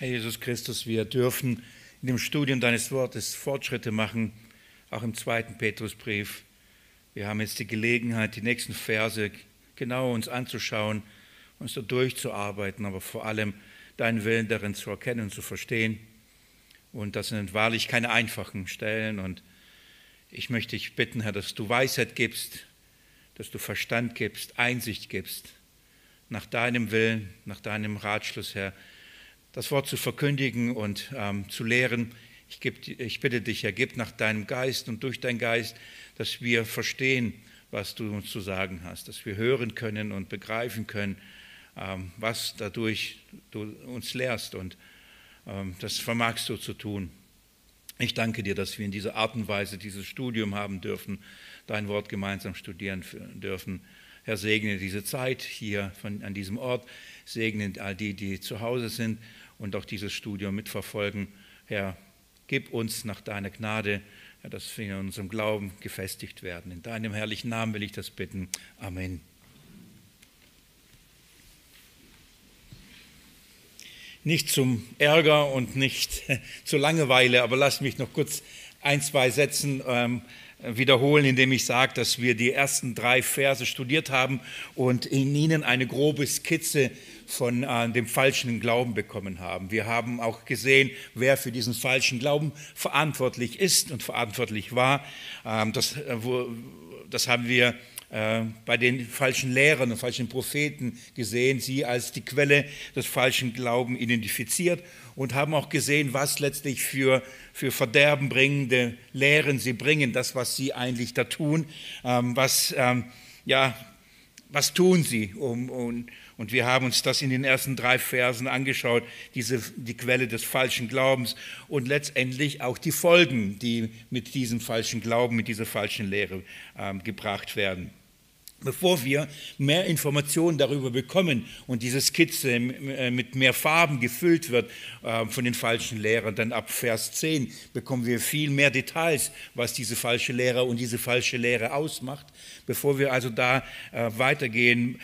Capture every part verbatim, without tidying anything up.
Herr Jesus Christus, wir dürfen in dem Studium deines Wortes Fortschritte machen, auch im zweiten Petrusbrief. Wir haben jetzt die Gelegenheit, die nächsten Verse genau uns anzuschauen, uns da durchzuarbeiten, aber vor allem deinen Willen darin zu erkennen und zu verstehen. Und das sind wahrlich keine einfachen Stellen. Und ich möchte dich bitten, Herr, dass du Weisheit gibst, dass du Verstand gibst, Einsicht gibst, nach deinem Willen, nach deinem Ratschluss, Herr, das Wort zu verkündigen und ähm, zu lehren. Ich, geb, ich bitte dich, Herr, gib nach deinem Geist und durch deinen Geist, dass wir verstehen, was du uns zu sagen hast, dass wir hören können und begreifen können, ähm, was dadurch du uns lehrst, und ähm, das vermagst du zu tun. Ich danke dir, dass wir in dieser Art und Weise dieses Studium haben dürfen, dein Wort gemeinsam studieren dürfen. Herr, segne diese Zeit hier von, an diesem Ort, segne all die, die zu Hause sind und auch dieses Studium mitverfolgen. Herr, gib uns nach deiner Gnade, Herr, dass wir in unserem Glauben gefestigt werden. In deinem herrlichen Namen will ich das bitten. Amen. Nicht zum Ärger und nicht zur Langeweile, aber lass mich noch kurz ein, zwei Sätzen ähm, wiederholen, indem ich sage, dass wir die ersten drei Verse studiert haben und in ihnen eine grobe Skizze von äh, dem falschen Glauben bekommen haben. Wir haben auch gesehen, wer für diesen falschen Glauben verantwortlich ist und verantwortlich war. Ähm, das, äh, wo, das haben wir äh, bei den falschen Lehrern und falschen Propheten gesehen, sie als die Quelle des falschen Glaubens identifiziert, und haben auch gesehen, was letztlich für, für Verderben bringende Lehren sie bringen, das, was sie eigentlich da tun, ähm, was, ähm, ja, was tun sie, um, um, und wir haben uns das in den ersten drei Versen angeschaut, diese, die Quelle des falschen Glaubens und letztendlich auch die Folgen, die mit diesem falschen Glauben, mit dieser falschen Lehre ähm, gebracht werden. Bevor wir mehr Informationen darüber bekommen und diese Skizze mit mehr Farben gefüllt wird von den falschen Lehrern, dann ab Vers zehn bekommen wir viel mehr Details, was diese falsche Lehre und diese falsche Lehre ausmacht. Bevor wir also da weitergehen,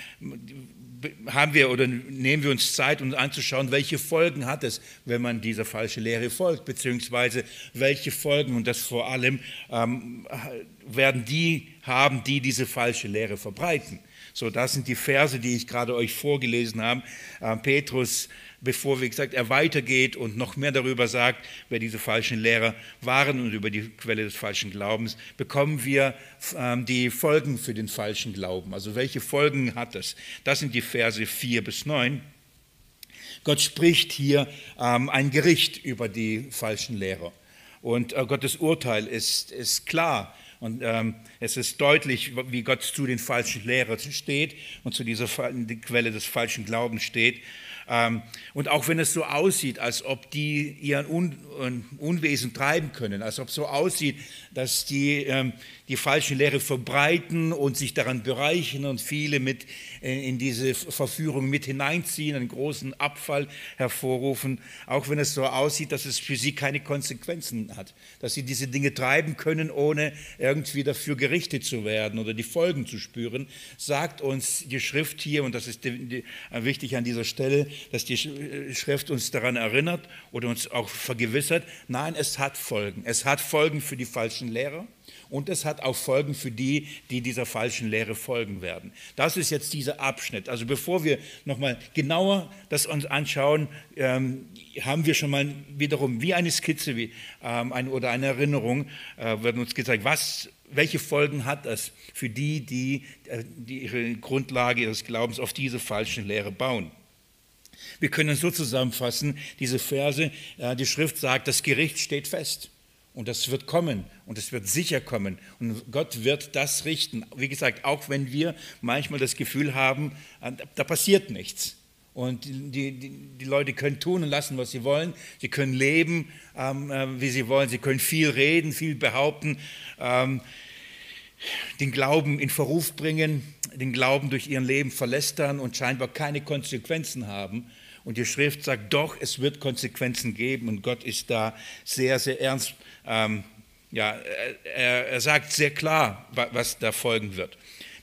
haben wir oder nehmen wir uns Zeit, um anzuschauen, welche Folgen hat es, wenn man dieser falschen Lehre folgt, beziehungsweise welche Folgen, und das vor allem ähm, werden die haben, die diese falsche Lehre verbreiten. So, das sind die Verse, die ich gerade euch vorgelesen habe. Äh, Petrus, bevor, wie gesagt, er weitergeht und noch mehr darüber sagt, wer diese falschen Lehrer waren und über die Quelle des falschen Glaubens, bekommen wir ähm, die Folgen für den falschen Glauben. Also welche Folgen hat es? Das sind die Verse vier bis neun. Gott spricht hier ähm, ein Gericht über die falschen Lehrer. Und äh, Gottes Urteil ist, ist klar. Und ähm, es ist deutlich, wie Gott zu den falschen Lehrern steht und zu dieser die Quelle des falschen Glaubens steht. Ähm, und auch wenn es so aussieht, als ob die ihren Un, Un, Unwesen treiben können, als ob so aussieht, dass die ähm, die falsche Lehre verbreiten und sich daran bereichern und viele mit äh, in diese Verführung mit hineinziehen, einen großen Abfall hervorrufen, auch wenn es so aussieht, dass es für sie keine Konsequenzen hat, dass sie diese Dinge treiben können, ohne irgendwie dafür gerichtet zu werden oder die Folgen zu spüren, sagt uns die Schrift hier, und das ist die, die, wichtig an dieser Stelle, dass die Schrift uns daran erinnert oder uns auch vergewissert, nein, es hat Folgen. Es hat Folgen für die falschen Lehrer. Und es hat auch Folgen für die, die dieser falschen Lehre folgen werden. Das ist jetzt dieser Abschnitt. Also bevor wir nochmal genauer das uns anschauen, ähm, haben wir schon mal wiederum wie eine Skizze wie, ähm, ein, oder eine Erinnerung, äh, wird uns gezeigt, was, welche Folgen hat das für die, die, äh, die ihre Grundlage ihres Glaubens auf diese falsche Lehre bauen. Wir können so zusammenfassen, diese Verse, äh, die Schrift sagt, das Gericht steht fest. Und das wird kommen und es wird sicher kommen und Gott wird das richten. Wie gesagt, auch wenn wir manchmal das Gefühl haben, da passiert nichts. Und die, die, die Leute können tun und lassen, was sie wollen. Sie können leben, ähm, wie sie wollen. Sie können viel reden, viel behaupten, ähm, den Glauben in Verruf bringen, den Glauben durch ihren Leben verlästern und scheinbar keine Konsequenzen haben. Und die Schrift sagt doch, es wird Konsequenzen geben und Gott ist da sehr, sehr ernst. Ähm, ja, er, er sagt sehr klar, was da folgen wird.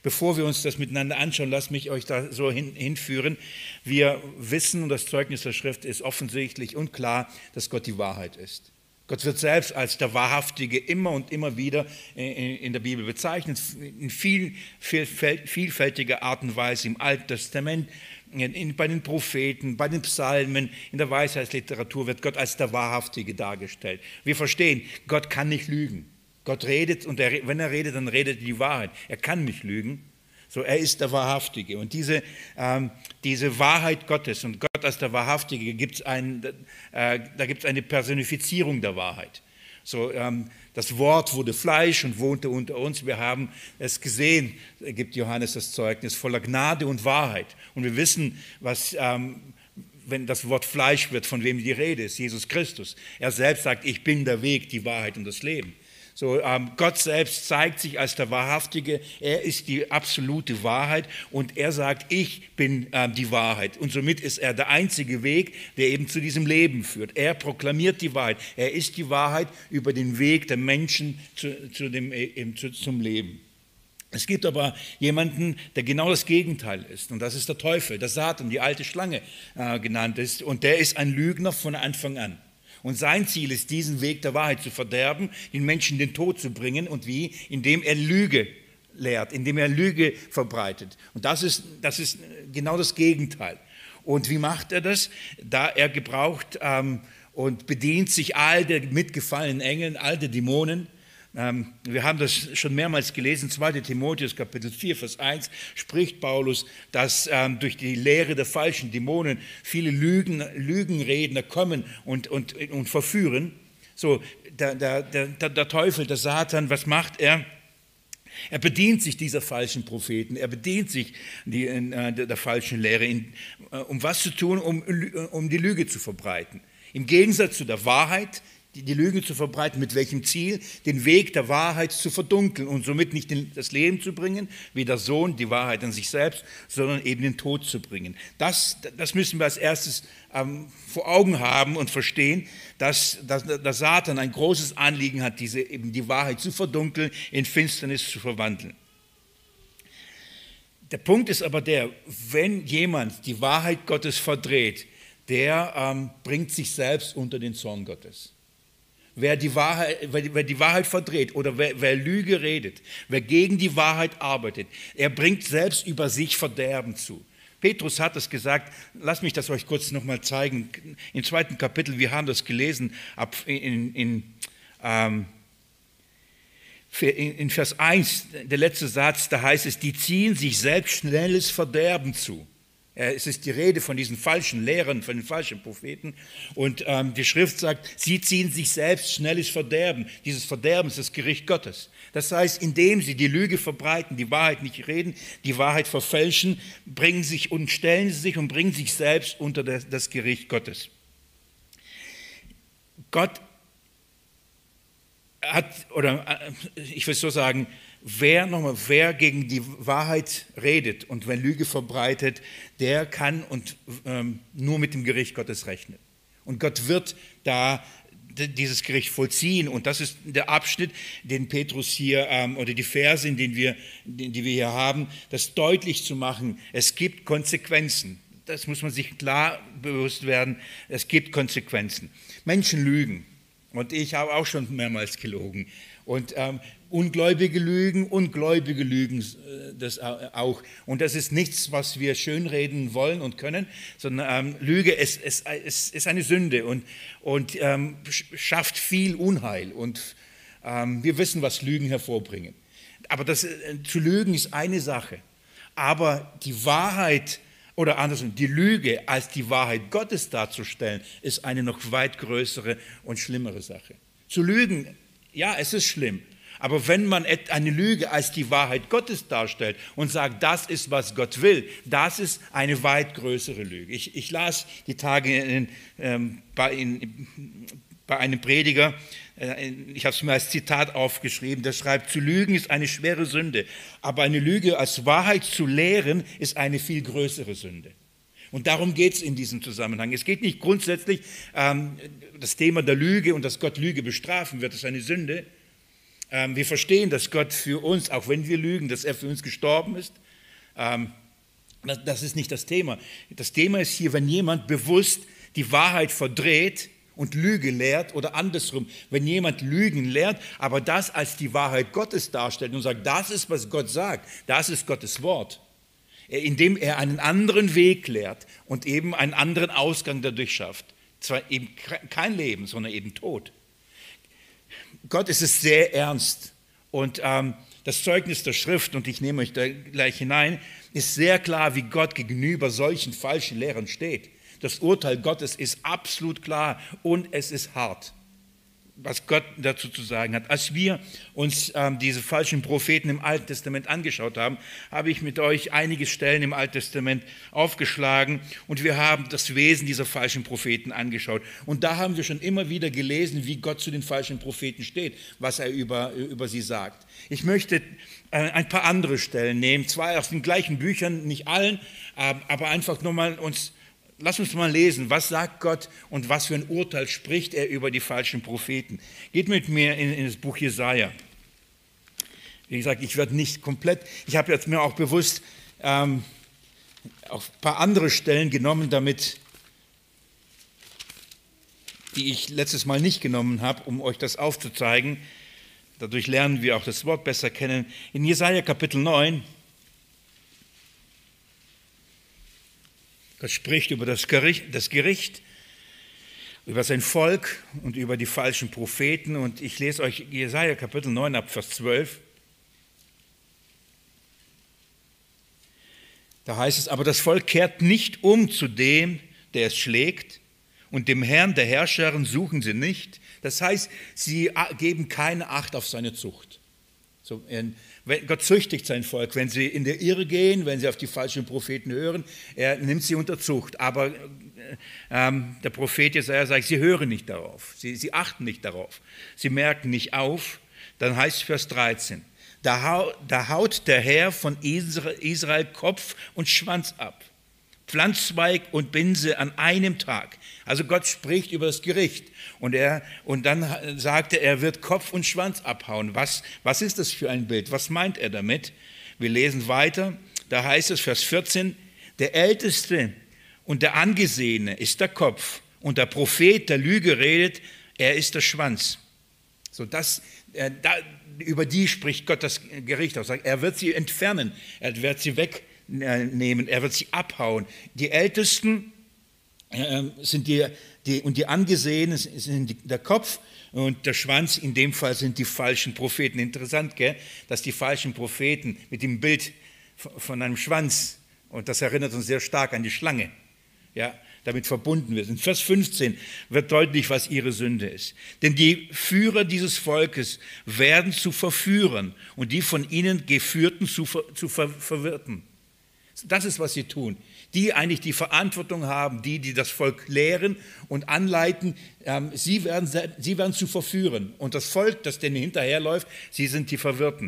bevor wir uns das miteinander anschauen, lasst mich euch da so hin, hinführen. Wir wissen, und das Zeugnis der Schrift ist offensichtlich und klar, dass Gott die Wahrheit ist. Gott wird selbst als der Wahrhaftige immer und immer wieder in der Bibel bezeichnet, in viel, viel, vielfältiger Art und Weise im Alten Testament, in, bei den Propheten, bei den Psalmen, in der Weisheitsliteratur wird Gott als der Wahrhaftige dargestellt. Wir verstehen, Gott kann nicht lügen. Gott redet und er, wenn er redet, dann redet er die Wahrheit. Er kann nicht lügen. So, er ist der Wahrhaftige. Und diese, ähm, diese Wahrheit Gottes und Gott als der Wahrhaftige, gibt's ein, äh, da gibt es eine Personifizierung der Wahrheit. So, ähm, das Wort wurde Fleisch und wohnte unter uns. Wir haben es gesehen, gibt Johannes das Zeugnis, voller Gnade und Wahrheit. Und wir wissen, was, ähm, wenn das Wort Fleisch wird, von wem die Rede ist, Jesus Christus. Er selbst sagt, ich bin der Weg, die Wahrheit und das Leben. So, ähm, Gott selbst zeigt sich als der Wahrhaftige, er ist die absolute Wahrheit und er sagt, ich bin ähm, die Wahrheit. Und somit ist er der einzige Weg, der eben zu diesem Leben führt. Er proklamiert die Wahrheit, er ist die Wahrheit über den Weg der Menschen zu, zu dem, eben zu, zum Leben. Es gibt aber jemanden, der genau das Gegenteil ist und das ist der Teufel, der Satan, die alte Schlange äh, genannt ist und der ist ein Lügner von Anfang an. Und sein Ziel ist, diesen Weg der Wahrheit zu verderben, den Menschen in den Tod zu bringen. Und wie? Indem er Lüge lehrt, indem er Lüge verbreitet. Und das ist, das ist genau das Gegenteil. Und wie macht er das? Da er gebraucht ähm, und bedient sich all der mitgefallenen Engeln, all der Dämonen. Ähm, wir haben das schon mehrmals gelesen, zweiter Timotheus Kapitel vier, Vers eins, spricht Paulus, dass ähm, durch die Lehre der falschen Dämonen viele Lügen, Lügenredner kommen und, und, und verführen. So, der, der, der, der Teufel, der Satan, was macht er? Er bedient sich dieser falschen Propheten, er bedient sich die, äh, der, der falschen Lehre, in, äh, um was zu tun, um, um die Lüge zu verbreiten. Im Gegensatz zu der Wahrheit, die, die Lüge zu verbreiten, mit welchem Ziel? Den Weg der Wahrheit zu verdunkeln und somit nicht in das Leben zu bringen, wie der Sohn, die Wahrheit an sich selbst, sondern eben den Tod zu bringen. Das, das müssen wir als erstes ähm, vor Augen haben und verstehen, dass, dass der Satan ein großes Anliegen hat, diese, eben die Wahrheit zu verdunkeln, in Finsternis zu verwandeln. Der Punkt ist aber der, wenn jemand die Wahrheit Gottes verdreht, der ähm, bringt sich selbst unter den Zorn Gottes. Wer die Wahrheit, wer die Wahrheit verdreht oder wer, wer Lüge redet, wer gegen die Wahrheit arbeitet, er bringt selbst über sich Verderben zu. Petrus hat es gesagt, lasst mich das euch kurz nochmal zeigen, im zweiten Kapitel, wir haben das gelesen, ab in, in, ähm, in Vers eins, der letzte Satz, da heißt es, die ziehen sich selbst schnelles Verderben zu. Es ist die Rede von diesen falschen Lehrern, von den falschen Propheten. Und ähm, die Schrift sagt, sie ziehen sich selbst schnelles Verderben. Dieses Verderben ist das Gericht Gottes. Das heißt, indem sie die Lüge verbreiten, die Wahrheit nicht reden, die Wahrheit verfälschen, bringen sich und stellen sie sich und bringen sich selbst unter das, das Gericht Gottes. Gott hat, oder ich will so sagen, Wer, nochmal, wer gegen die Wahrheit redet und wenn Lüge verbreitet, der kann und ähm, nur mit dem Gericht Gottes rechnen. Und Gott wird da dieses Gericht vollziehen. Und das ist der Abschnitt, den Petrus hier, ähm, oder die Verse, in denen wir, die wir hier haben, das deutlich zu machen. Es gibt Konsequenzen. Das muss man sich klar bewusst werden. Es gibt Konsequenzen. Menschen lügen. Und ich habe auch schon mehrmals gelogen. Und ähm, Ungläubige lügen, Ungläubige lügen äh, das auch. Und das ist nichts, was wir schönreden wollen und können, sondern ähm, Lüge ist, ist, ist, ist eine Sünde und, und ähm, schafft viel Unheil. Und ähm, wir wissen, was Lügen hervorbringen. Aber das, äh, zu lügen ist eine Sache. Aber die Wahrheit oder andersrum, die Lüge als die Wahrheit Gottes darzustellen, ist eine noch weit größere und schlimmere Sache. Zu lügen, ja, es ist schlimm. Aber wenn man eine Lüge als die Wahrheit Gottes darstellt und sagt, das ist, was Gott will, das ist eine weit größere Lüge. Ich, ich las die Tage in, ähm, bei, in, bei einem Prediger, äh, ich habe es mir als Zitat aufgeschrieben, der schreibt, zu lügen ist eine schwere Sünde, aber eine Lüge als Wahrheit zu lehren ist eine viel größere Sünde. Und darum geht es in diesem Zusammenhang. Es geht nicht grundsätzlich, ähm, das Thema der Lüge und dass Gott Lüge bestrafen wird, ist eine Sünde. Ähm, wir verstehen, dass Gott für uns, auch wenn wir lügen, dass er für uns gestorben ist. Ähm, das, das ist nicht das Thema. Das Thema ist hier, wenn jemand bewusst die Wahrheit verdreht und Lüge lehrt oder andersrum, wenn jemand Lügen lehrt, aber das als die Wahrheit Gottes darstellt und sagt, das ist, was Gott sagt, das ist Gottes Wort, indem er einen anderen Weg lehrt und eben einen anderen Ausgang dadurch schafft. Zwar eben kein Leben, sondern eben Tod. Gott ist es sehr ernst und ähm, das Zeugnis der Schrift, und ich nehme euch da gleich hinein, ist sehr klar, wie Gott gegenüber solchen falschen Lehrern steht. Das Urteil Gottes ist absolut klar und es ist hart, was Gott dazu zu sagen hat. Als wir uns ähm, diese falschen Propheten im Alten Testament angeschaut haben, habe ich mit euch einige Stellen im Alten Testament aufgeschlagen und wir haben das Wesen dieser falschen Propheten angeschaut. Und da haben wir schon immer wieder gelesen, wie Gott zu den falschen Propheten steht, was er über, über sie sagt. Ich möchte äh, ein paar andere Stellen nehmen, zwar aus den gleichen Büchern, nicht allen, äh, aber einfach nur mal uns Lass uns mal lesen, was sagt Gott und was für ein Urteil spricht er über die falschen Propheten. Geht mit mir in, in das Buch Jesaja. Wie gesagt, ich werde nicht komplett, ich habe jetzt mir auch bewusst ähm, auch ein paar andere Stellen genommen, damit, die ich letztes Mal nicht genommen habe, um euch das aufzuzeigen. Dadurch lernen wir auch das Wort besser kennen. In Jesaja Kapitel neun, Gott spricht über das Gericht, das Gericht, über sein Volk und über die falschen Propheten. Und ich lese euch Jesaja Kapitel neun ab Vers zwölf. Da heißt es, aber das Volk kehrt nicht um zu dem, der es schlägt, und dem Herrn der Herrscherin suchen sie nicht. Das heißt, sie geben keine Acht auf seine Zucht. So, Gott züchtigt sein Volk, wenn sie in der Irre gehen, wenn sie auf die falschen Propheten hören, er nimmt sie unter Zucht. Aber ähm, der Prophet Jesaja sagt, sie hören nicht darauf, sie, sie achten nicht darauf, sie merken nicht auf. Dann heißt es Vers dreizehn, da, hau, da haut der Herr von Israel, Israel Kopf und Schwanz ab, Pflanzzweig und Binse an einem Tag. Also Gott spricht über das Gericht und, er, und dann sagt er, er wird Kopf und Schwanz abhauen. Was, was ist das für ein Bild? Was meint er damit? Wir lesen weiter, da heißt es Vers vierzehn, der Älteste und der Angesehene ist der Kopf und der Prophet, der Lüge redet, er ist der Schwanz. So das, äh, da, über die spricht Gott das Gericht aus. Er wird sie entfernen, er wird sie wegnehmen, er wird sie abhauen. Die Ältesten sind die, die, und die Angesehenen sind der Kopf und der Schwanz, in dem Fall sind die falschen Propheten. Interessant, gell? Dass die falschen Propheten mit dem Bild von einem Schwanz, und das erinnert uns sehr stark an die Schlange, ja, damit verbunden wird. In Vers fünfzehn wird deutlich, was ihre Sünde ist. Denn die Führer dieses Volkes werden zu Verführern und die von ihnen Geführten zu, zu Ver, Verwirrten. Das ist, was sie tun. Die eigentlich die Verantwortung haben, die, die das Volk lehren und anleiten, ähm, sie, werden, sie werden zu verführen. Und das Volk, das denen hinterherläuft, sie sind die Verwirrten.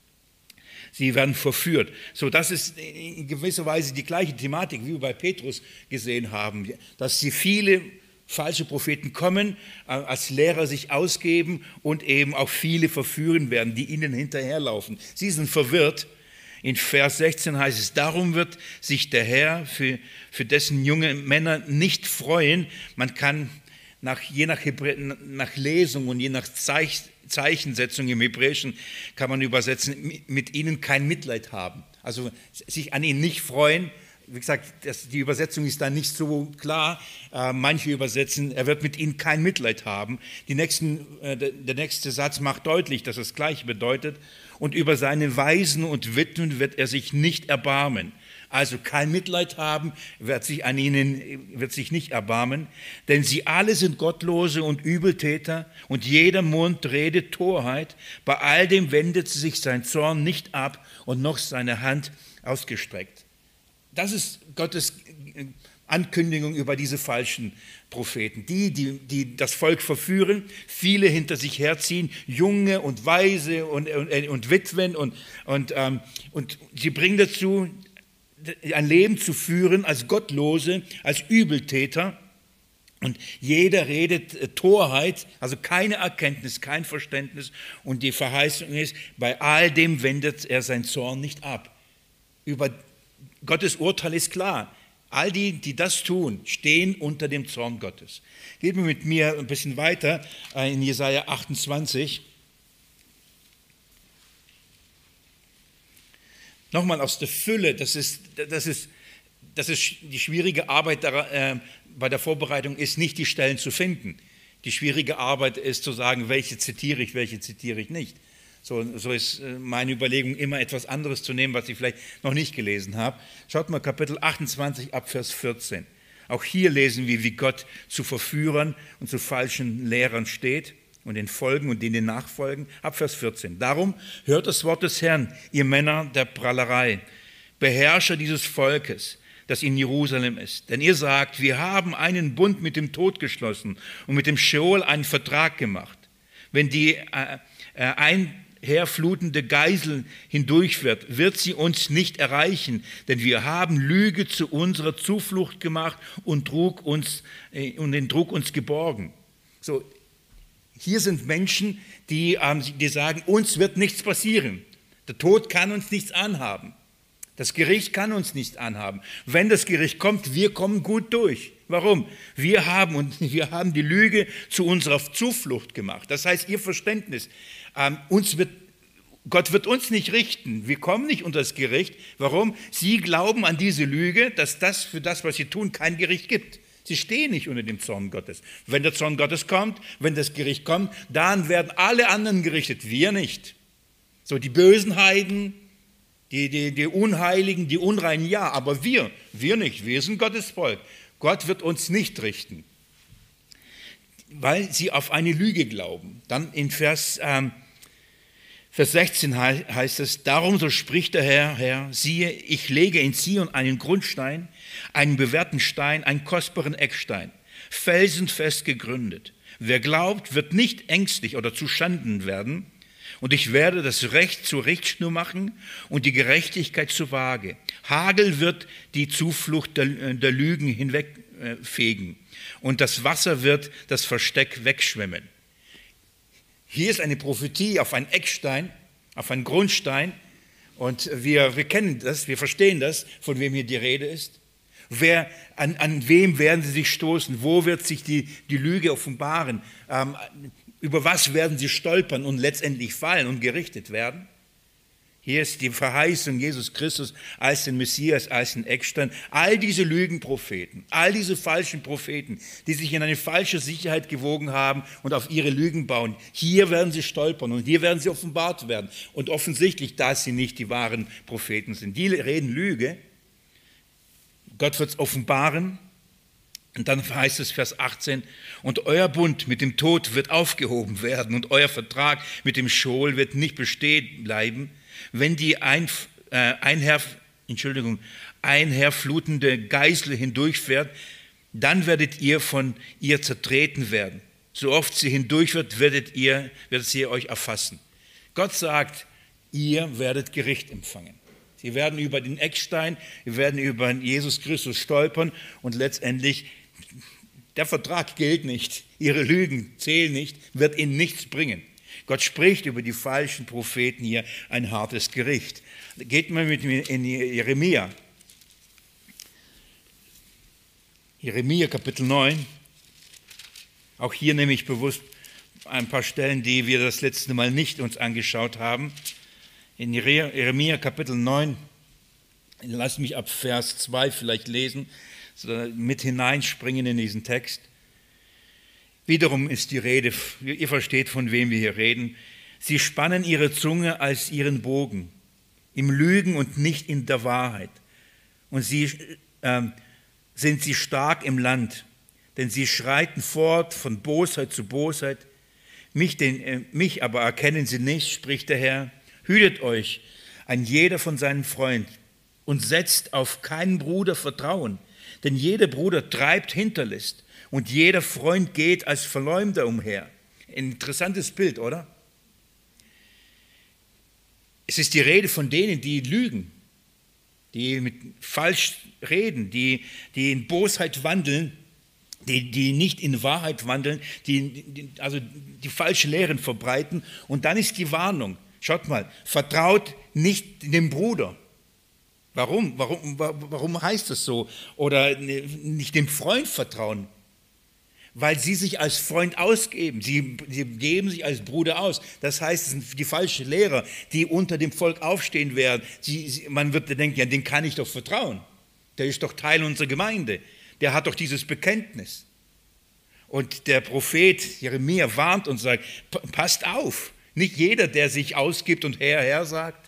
Sie werden verführt. So, das ist in gewisser Weise die gleiche Thematik, wie wir bei Petrus gesehen haben, dass sie viele falsche Propheten kommen, äh, als Lehrer sich ausgeben und eben auch viele verführen werden, die ihnen hinterherlaufen. Sie sind verwirrt. In Vers sechzehn heißt es, darum wird sich der Herr für, für dessen junge Männer nicht freuen. Man kann nach, je nach, Hebrä, nach Lesung und je nach Zeich, Zeichensetzung im Hebräischen kann man übersetzen, mit ihnen kein Mitleid haben. Also sich an ihnen nicht freuen. Wie gesagt, das, die Übersetzung ist da nicht so klar. Äh, manche übersetzen, er wird mit ihnen kein Mitleid haben. Die nächsten, äh, der, der nächste Satz macht deutlich, dass es gleich bedeutet. Und über seine Waisen und Witwen wird er sich nicht erbarmen. Also kein Mitleid haben, wird sich an ihnen wird sich nicht erbarmen, denn sie alle sind Gottlose und Übeltäter und jeder Mund redet Torheit. Bei all dem wendet sich sein Zorn nicht ab und noch seine Hand ausgestreckt. Das ist Gottes Ankündigung über diese falschen Propheten, die, die, die das Volk verführen, viele hinter sich herziehen, Junge und Waise und, und, und Witwen und, und, ähm, und sie bringen dazu, ein Leben zu führen als Gottlose, als Übeltäter Und jeder redet äh, Torheit, also keine Erkenntnis, kein Verständnis. Und die Verheißung ist, bei all dem wendet er seinen Zorn nicht ab. Über Gottes Urteil ist klar. All die, die das tun, stehen unter dem Zorn Gottes. Geht mir mit mir ein bisschen weiter äh, in Jesaja achtundzwanzig. Nochmal aus der Fülle, das ist, das ist, das ist die schwierige Arbeit der, äh, bei der Vorbereitung, ist nicht die Stellen zu finden. Die schwierige Arbeit ist zu sagen, welche zitiere ich, welche zitiere ich nicht. So, so ist meine Überlegung, immer etwas anderes zu nehmen, was ich vielleicht noch nicht gelesen habe. Schaut mal Kapitel achtundzwanzig ab Vers vierzehn. Auch hier lesen wir, wie Gott zu Verführern und zu falschen Lehrern steht und den Folgen und denen nachfolgen. Ab Vers vierzehn. Darum hört das Wort des Herrn, ihr Männer der Prahlerei, Beherrscher dieses Volkes, das in Jerusalem ist. Denn ihr sagt, wir haben einen Bund mit dem Tod geschlossen und mit dem Scheol einen Vertrag gemacht. Wenn die äh, äh, einherflutende Geisel hindurchfährt, wird sie uns nicht erreichen, denn wir haben Lüge zu unserer Zuflucht gemacht und, trug uns, äh, und den Druck uns geborgen. So, hier sind Menschen, die, ähm, die sagen, uns wird nichts passieren. Der Tod kann uns nichts anhaben. Das Gericht kann uns nicht anhaben. Wenn das Gericht kommt, wir kommen gut durch. Warum? Wir haben, und wir haben die Lüge zu unserer Zuflucht gemacht. Das heißt, ihr Verständnis, ähm, uns wird, Gott wird uns nicht richten. Wir kommen nicht unter das Gericht. Warum? Sie glauben an diese Lüge, dass das für das, was sie tun, kein Gericht gibt. Sie stehen nicht unter dem Zorn Gottes. Wenn der Zorn Gottes kommt, wenn das Gericht kommt, dann werden alle anderen gerichtet, wir nicht. So, die bösen Heiden, Die, die, die Unheiligen, die Unreinen, ja, aber wir, wir nicht, wir sind Gottes Volk. Gott wird uns nicht richten, weil sie auf eine Lüge glauben. Dann in Vers, ähm, Vers sechzehn heißt es, darum so spricht der Herr, Herr, siehe, ich lege in Zion einen Grundstein, einen bewährten Stein, einen kostbaren Eckstein, felsenfest gegründet. Wer glaubt, wird nicht ängstlich oder zu Schanden werden. Und ich werde das Recht zur Richtschnur machen und die Gerechtigkeit zur Waage. Hagel wird die Zuflucht der, der Lügen hinwegfegen und das Wasser wird das Versteck wegschwemmen. Hier ist eine Prophetie auf einen Eckstein, auf einen Grundstein und wir, wir kennen das, wir verstehen das, von wem hier die Rede ist. Wer, an, an wem werden sie sich stoßen? Wo wird sich die, die Lüge offenbaren? Ähm, Über was werden sie stolpern und letztendlich fallen und gerichtet werden? Hier ist die Verheißung Jesus Christus als den Messias, als den Eckstein. All diese Lügenpropheten, all diese falschen Propheten, die sich in eine falsche Sicherheit gewogen haben und auf ihre Lügen bauen, hier werden sie stolpern und hier werden sie offenbart werden. Und offensichtlich, dass sie nicht die wahren Propheten sind. Die reden Lüge. Gott wird es offenbaren. Und dann heißt es Vers achtzehn, und euer Bund mit dem Tod wird aufgehoben werden und euer Vertrag mit dem Scheol wird nicht bestehen bleiben, wenn die ein, äh, einher, Entschuldigung, einherflutende Geißel hindurchfährt, dann werdet ihr von ihr zertreten werden. So oft sie hindurch wird, werdet ihr, wird sie euch erfassen. Gott sagt, ihr werdet Gericht empfangen. Sie werden über den Eckstein, sie werden über Jesus Christus stolpern und letztendlich, der Vertrag gilt nicht, ihre Lügen zählen nicht, wird ihnen nichts bringen. Gott spricht über die falschen Propheten hier ein hartes Gericht. Geht mal mit mir in Jeremia. Jeremia Kapitel neun. Auch hier nehme ich bewusst ein paar Stellen, die wir das letzte Mal nicht uns angeschaut haben. In Jeremia Kapitel neun, lasst mich ab Vers zwei vielleicht lesen, mit hineinspringen in diesen Text. Wiederum ist die Rede, ihr versteht, von wem wir hier reden. Sie spannen ihre Zunge als ihren Bogen, im Lügen und nicht in der Wahrheit. Und sie äh, sind sie stark im Land, denn sie schreiten fort von Bosheit zu Bosheit. Mich, den, äh, mich aber erkennen sie nicht, spricht der Herr. Hütet euch, ein jeder von seinem Freund, und setzt auf keinen Bruder Vertrauen, denn jeder Bruder treibt Hinterlist und jeder Freund geht als Verleumder umher. Ein interessantes Bild, oder? Es ist die Rede von denen, die lügen, die mit falsch reden, die, die in Bosheit wandeln die, die nicht in Wahrheit wandeln, die, die, also die falsche Lehren verbreiten. Und dann ist die Warnung, schaut mal, vertraut nicht dem Bruder. Warum? Warum, warum heißt das so? Oder nicht dem Freund vertrauen. Weil sie sich als Freund ausgeben. Sie, sie geben sich als Bruder aus. Das heißt, es sind die falschen Lehrer, die unter dem Volk aufstehen werden. Sie, sie, man wird denken, ja, den kann ich doch vertrauen. Der ist doch Teil unserer Gemeinde. Der hat doch dieses Bekenntnis. Und der Prophet Jeremia warnt und sagt, passt auf. Nicht jeder, der sich ausgibt und Herr, Herr sagt.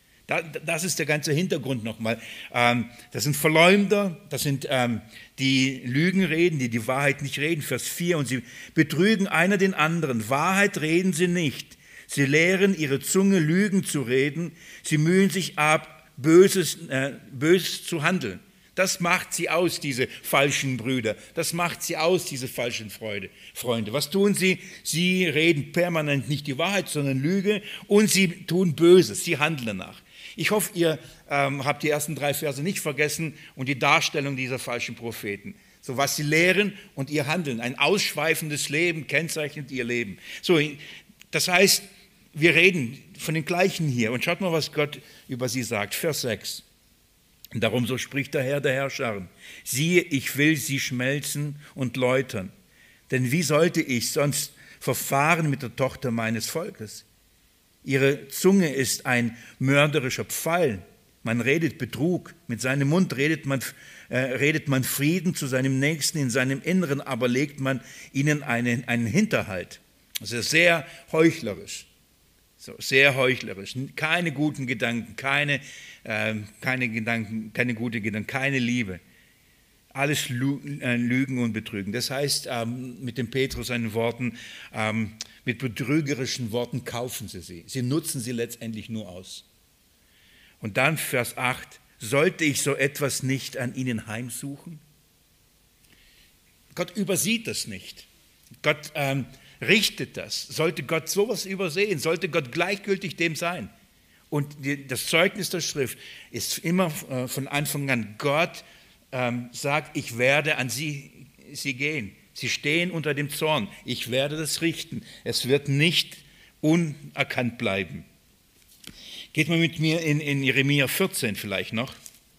Das ist der ganze Hintergrund nochmal. Das sind Verleumder, das sind die Lügen reden, die die Wahrheit nicht reden. Vers vier, und sie betrügen einer den anderen. Wahrheit reden sie nicht. Sie lehren ihre Zunge, Lügen zu reden. Sie mühen sich ab, Böses, äh, Böses zu handeln. Das macht sie aus, diese falschen Brüder. Das macht sie aus, diese falschen Freude, Freunde. Was tun sie? Sie reden permanent nicht die Wahrheit, sondern Lüge. Und sie tun Böses, sie handeln danach. Ich hoffe, ihr ähm, habt die ersten drei Verse nicht vergessen und die Darstellung dieser falschen Propheten. So was sie lehren und ihr Handeln. Ein ausschweifendes Leben kennzeichnet ihr Leben. So, das heißt, wir reden von den gleichen hier. Und schaut mal, was Gott über sie sagt. Vers sechs. Darum so spricht der Herr der Herrscher. Siehe, ich will sie schmelzen und läutern. Denn wie sollte ich sonst verfahren mit der Tochter meines Volkes? Ihre Zunge ist ein mörderischer Pfeil. Man redet Betrug. Mit seinem Mund redet man, äh, redet man Frieden zu seinem Nächsten. In seinem Inneren aber legt man ihnen einen, einen Hinterhalt. Also sehr heuchlerisch. So, sehr heuchlerisch. Keine guten Gedanken, keine, äh, keine Gedanken, keine gute Gedanken, keine Liebe. Alles Lügen und Betrügen. Das heißt, ähm, mit dem Petrus seinen Worten, ähm, mit betrügerischen Worten kaufen sie sie. Sie nutzen sie letztendlich nur aus. Und dann Vers acht, sollte ich so etwas nicht an ihnen heimsuchen? Gott übersieht das nicht. Gott ähm, richtet das. Sollte Gott sowas übersehen? Sollte Gott gleichgültig dem sein? Und die, das Zeugnis der Schrift ist immer äh, von Anfang an, Gott ähm, sagt, ich werde an sie, sie gehen. Sie stehen unter dem Zorn. Ich werde das richten. Es wird nicht unerkannt bleiben. Geht mal mit mir in, in Jeremia vierzehn vielleicht noch.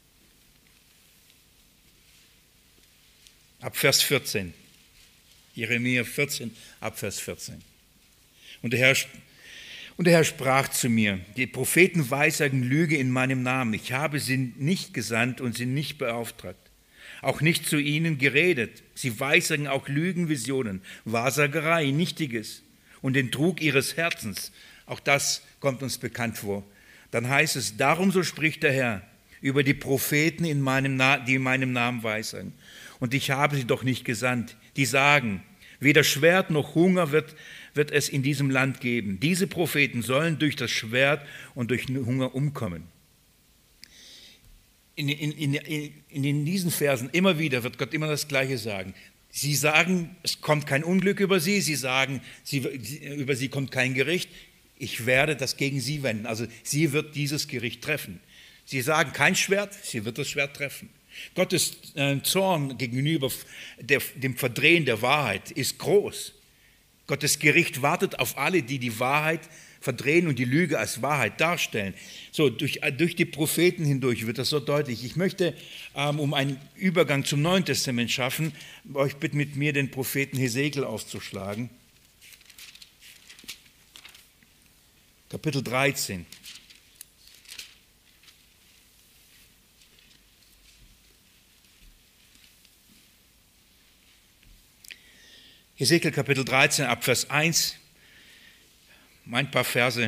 Ab Vers vierzehn. Jeremia vierzehn, ab Vers vierzehn. Und der Herr, und der Herr sprach zu mir, die Propheten weissagen Lüge in meinem Namen. Ich habe sie nicht gesandt und sie nicht beauftragt. Auch nicht zu ihnen geredet. Sie weissagen auch Lügenvisionen, Wahrsagerei, Nichtiges und den Trug ihres Herzens. Auch das kommt uns bekannt vor. Dann heißt es, darum so spricht der Herr über die Propheten, in meinem Na- die in meinem Namen weissagen. Und ich habe sie doch nicht gesandt. Die sagen, weder Schwert noch Hunger wird, wird es in diesem Land geben. Diese Propheten sollen durch das Schwert und durch Hunger umkommen. In, in, in, in diesen Versen immer wieder wird Gott immer das Gleiche sagen. Sie sagen, es kommt kein Unglück über sie. Sie sagen, sie, über sie kommt kein Gericht. Ich werde das gegen sie wenden. Also sie wird dieses Gericht treffen. Sie sagen kein Schwert, sie wird das Schwert treffen. Gottes äh, Zorn gegenüber der, dem Verdrehen der Wahrheit ist groß. Gottes Gericht wartet auf alle, die die Wahrheit verdrehen und die Lüge als Wahrheit darstellen. So, durch, durch die Propheten hindurch wird das so deutlich. Ich möchte, ähm, um einen Übergang zum Neuen Testament schaffen, euch bitten, mit mir den Propheten Hesekiel aufzuschlagen. Kapitel dreizehn. Hesekiel Kapitel dreizehn, ab Vers eins, ein paar Verse,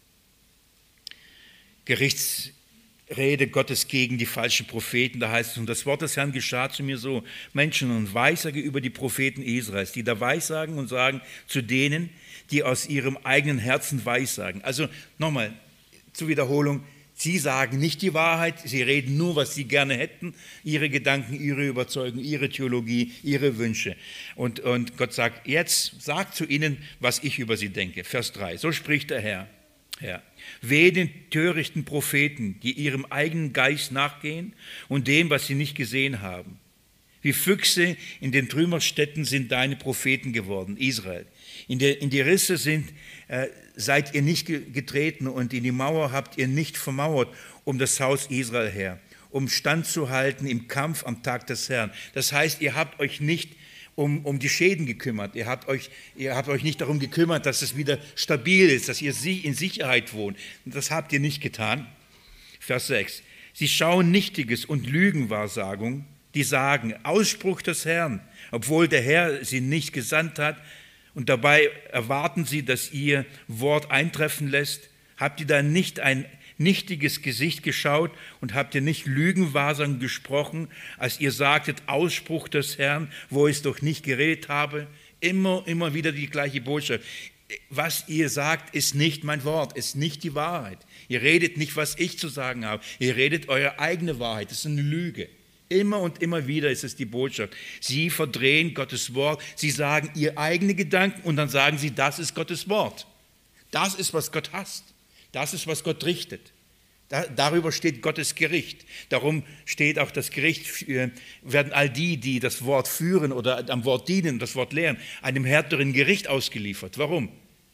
Gerichtsrede Gottes gegen die falschen Propheten, da heißt es, und das Wort des Herrn geschah zu mir so, Menschen, und weissage über die Propheten Israels, die da weissagen und sagen zu denen, die aus ihrem eigenen Herzen weissagen. Also nochmal zur Wiederholung, sie sagen nicht die Wahrheit, sie reden nur, was sie gerne hätten, ihre Gedanken, ihre Überzeugung, ihre Theologie, ihre Wünsche. Und, und Gott sagt, jetzt sagt zu ihnen, was ich über sie denke. Vers drei, so spricht der Herr. Herr. Wehe den törichten Propheten, die ihrem eigenen Geist nachgehen und dem, was sie nicht gesehen haben. Wie Füchse in den Trümmerstätten sind deine Propheten geworden, Israel. In, der, in die Risse sind, äh, seid ihr nicht getreten und in die Mauer habt ihr nicht vermauert um das Haus Israel her, um standzuhalten im Kampf am Tag des Herrn. Das heißt, ihr habt euch nicht um, um die Schäden gekümmert. Ihr habt, euch, ihr habt euch nicht darum gekümmert, dass es wieder stabil ist, dass ihr in Sicherheit wohnt. Das habt ihr nicht getan. Vers sechs. Sie schauen Nichtiges und Lügenwahrsagung, die sagen, Ausspruch des Herrn, obwohl der Herr sie nicht gesandt hat, und dabei erwarten sie, dass ihr Wort eintreffen lässt. Habt ihr dann nicht ein nichtiges Gesicht geschaut und habt ihr nicht Lügenwahrsagung gesprochen, als ihr sagtet, Ausspruch des Herrn, wo ich es doch nicht geredet habe? Immer, immer wieder die gleiche Botschaft. Was ihr sagt, ist nicht mein Wort, ist nicht die Wahrheit. Ihr redet nicht, was ich zu sagen habe. Ihr redet eure eigene Wahrheit. Das ist eine Lüge. Immer und immer wieder ist es die Botschaft. Sie verdrehen Gottes Wort. Sie sagen ihr eigene Gedanken und dann sagen sie, das ist Gottes Wort. Das ist, was Gott hasst. Das ist, was Gott richtet. Da, darüber steht Gottes Gericht. Darum steht auch das Gericht, äh, werden all die, die das Wort führen oder am Wort dienen, das Wort lehren, einem härteren Gericht ausgeliefert. Warum?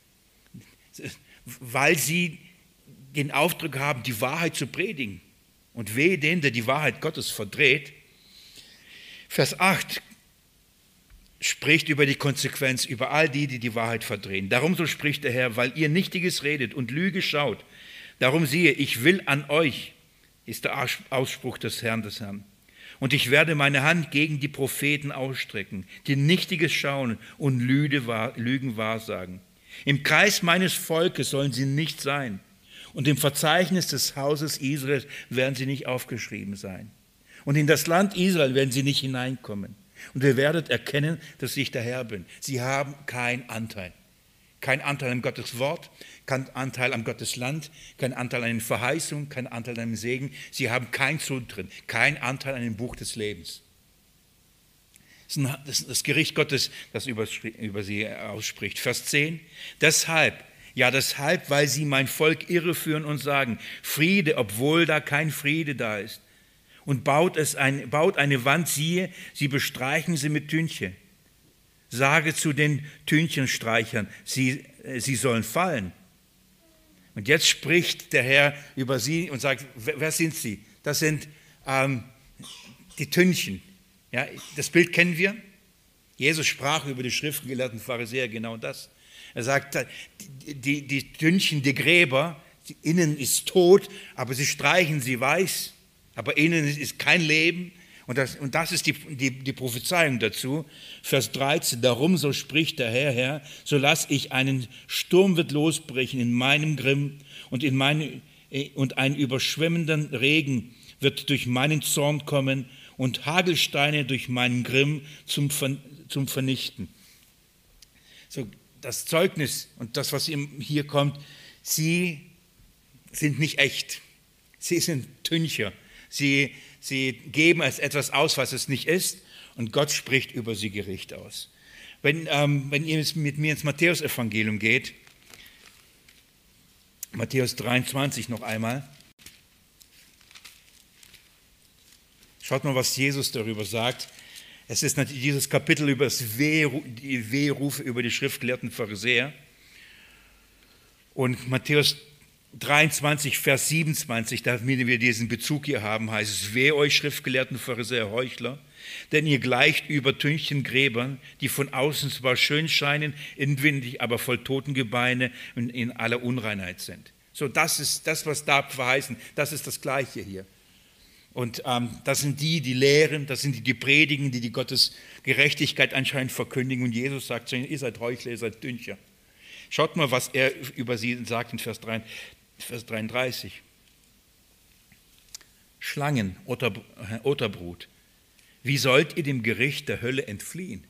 Weil sie den Auftrag haben, die Wahrheit zu predigen. Und wehe dem, der die Wahrheit Gottes verdreht. Vers acht spricht über die Konsequenz, über all die, die die Wahrheit verdrehen. Darum so spricht der Herr, weil ihr Nichtiges redet und Lüge schaut. Darum siehe, ich will an euch, ist der Ausspruch des Herrn des Herrn. Und ich werde meine Hand gegen die Propheten ausstrecken, die Nichtiges schauen und Lügen wahrsagen. Im Kreis meines Volkes sollen sie nicht sein. Und im Verzeichnis des Hauses Israels werden sie nicht aufgeschrieben sein. Und in das Land Israel werden sie nicht hineinkommen. Und ihr werdet erkennen, dass ich der Herr bin. Sie haben keinen Anteil. Kein Anteil an Gottes Wort, kein Anteil an Gottes Land, kein Anteil an den Verheißungen, kein Anteil an dem Segen. Sie haben keinen Zutritt, keinen Anteil an dem Buch des Lebens. Das ist das Gericht Gottes, das über sie ausspricht. Vers zehn. Deshalb, ja deshalb, weil sie mein Volk irreführen und sagen, Friede, obwohl da kein Friede da ist. Und baut, es ein, baut eine Wand, siehe, sie bestreichen sie mit Tünche. Sage zu den Tünchenstreichern, sie, sie sollen fallen. Und jetzt spricht der Herr über sie und sagt, wer, wer sind sie? Das sind ähm, die Tünchen. Ja, das Bild kennen wir. Jesus sprach über die schriftgelehrten Pharisäer genau das. Er sagt, die, die, die Tünchen, die Gräber, die, innen ist tot, aber sie streichen sie weiß, aber innen ist kein Leben. Und das, und das ist die, die, die Prophezeiung dazu. Vers dreizehn, darum so spricht der Herr, Herr, so lass ich einen Sturm wird losbrechen in meinem Grimm und, in meine, und ein überschwemmender Regen wird durch meinen Zorn kommen und Hagelsteine durch meinen Grimm zum, zum Vernichten. So, das Zeugnis und das, was hier kommt, sie sind nicht echt. Sie sind Tüncher. Sie, sie geben als etwas aus, was es nicht ist, und Gott spricht über sie Gericht aus. Wenn, ähm, wenn ihr mit mir ins Matthäus-Evangelium geht, Matthäus dreiundzwanzig noch einmal, schaut mal, was Jesus darüber sagt. Es ist natürlich dieses Kapitel über das Wehe, die Weherufe über die schriftgelehrten Pharisäer. Und Matthäus dreiundzwanzig, Vers siebenundzwanzig, damit wir diesen Bezug hier haben, heißt es, wehe euch schriftgelehrten Pharisäer, Heuchler, denn ihr gleicht übertünchten Gräbern, die von außen zwar schön scheinen, inwendig aber voll Totengebeine und in aller Unreinheit sind. So, das ist das, was da verheißen, das ist das Gleiche hier. Und ähm, das sind die, die lehren, das sind die, die predigen, die die Gottes Gerechtigkeit anscheinend verkündigen. Und Jesus sagt zu ihnen, ihr seid Heuchler, ihr seid Tüncher. Schaut mal, was er über sie sagt in Vers dreiunddreißig. Schlangen, Otter, Otterbrut, wie sollt ihr dem Gericht der Hölle entfliehen?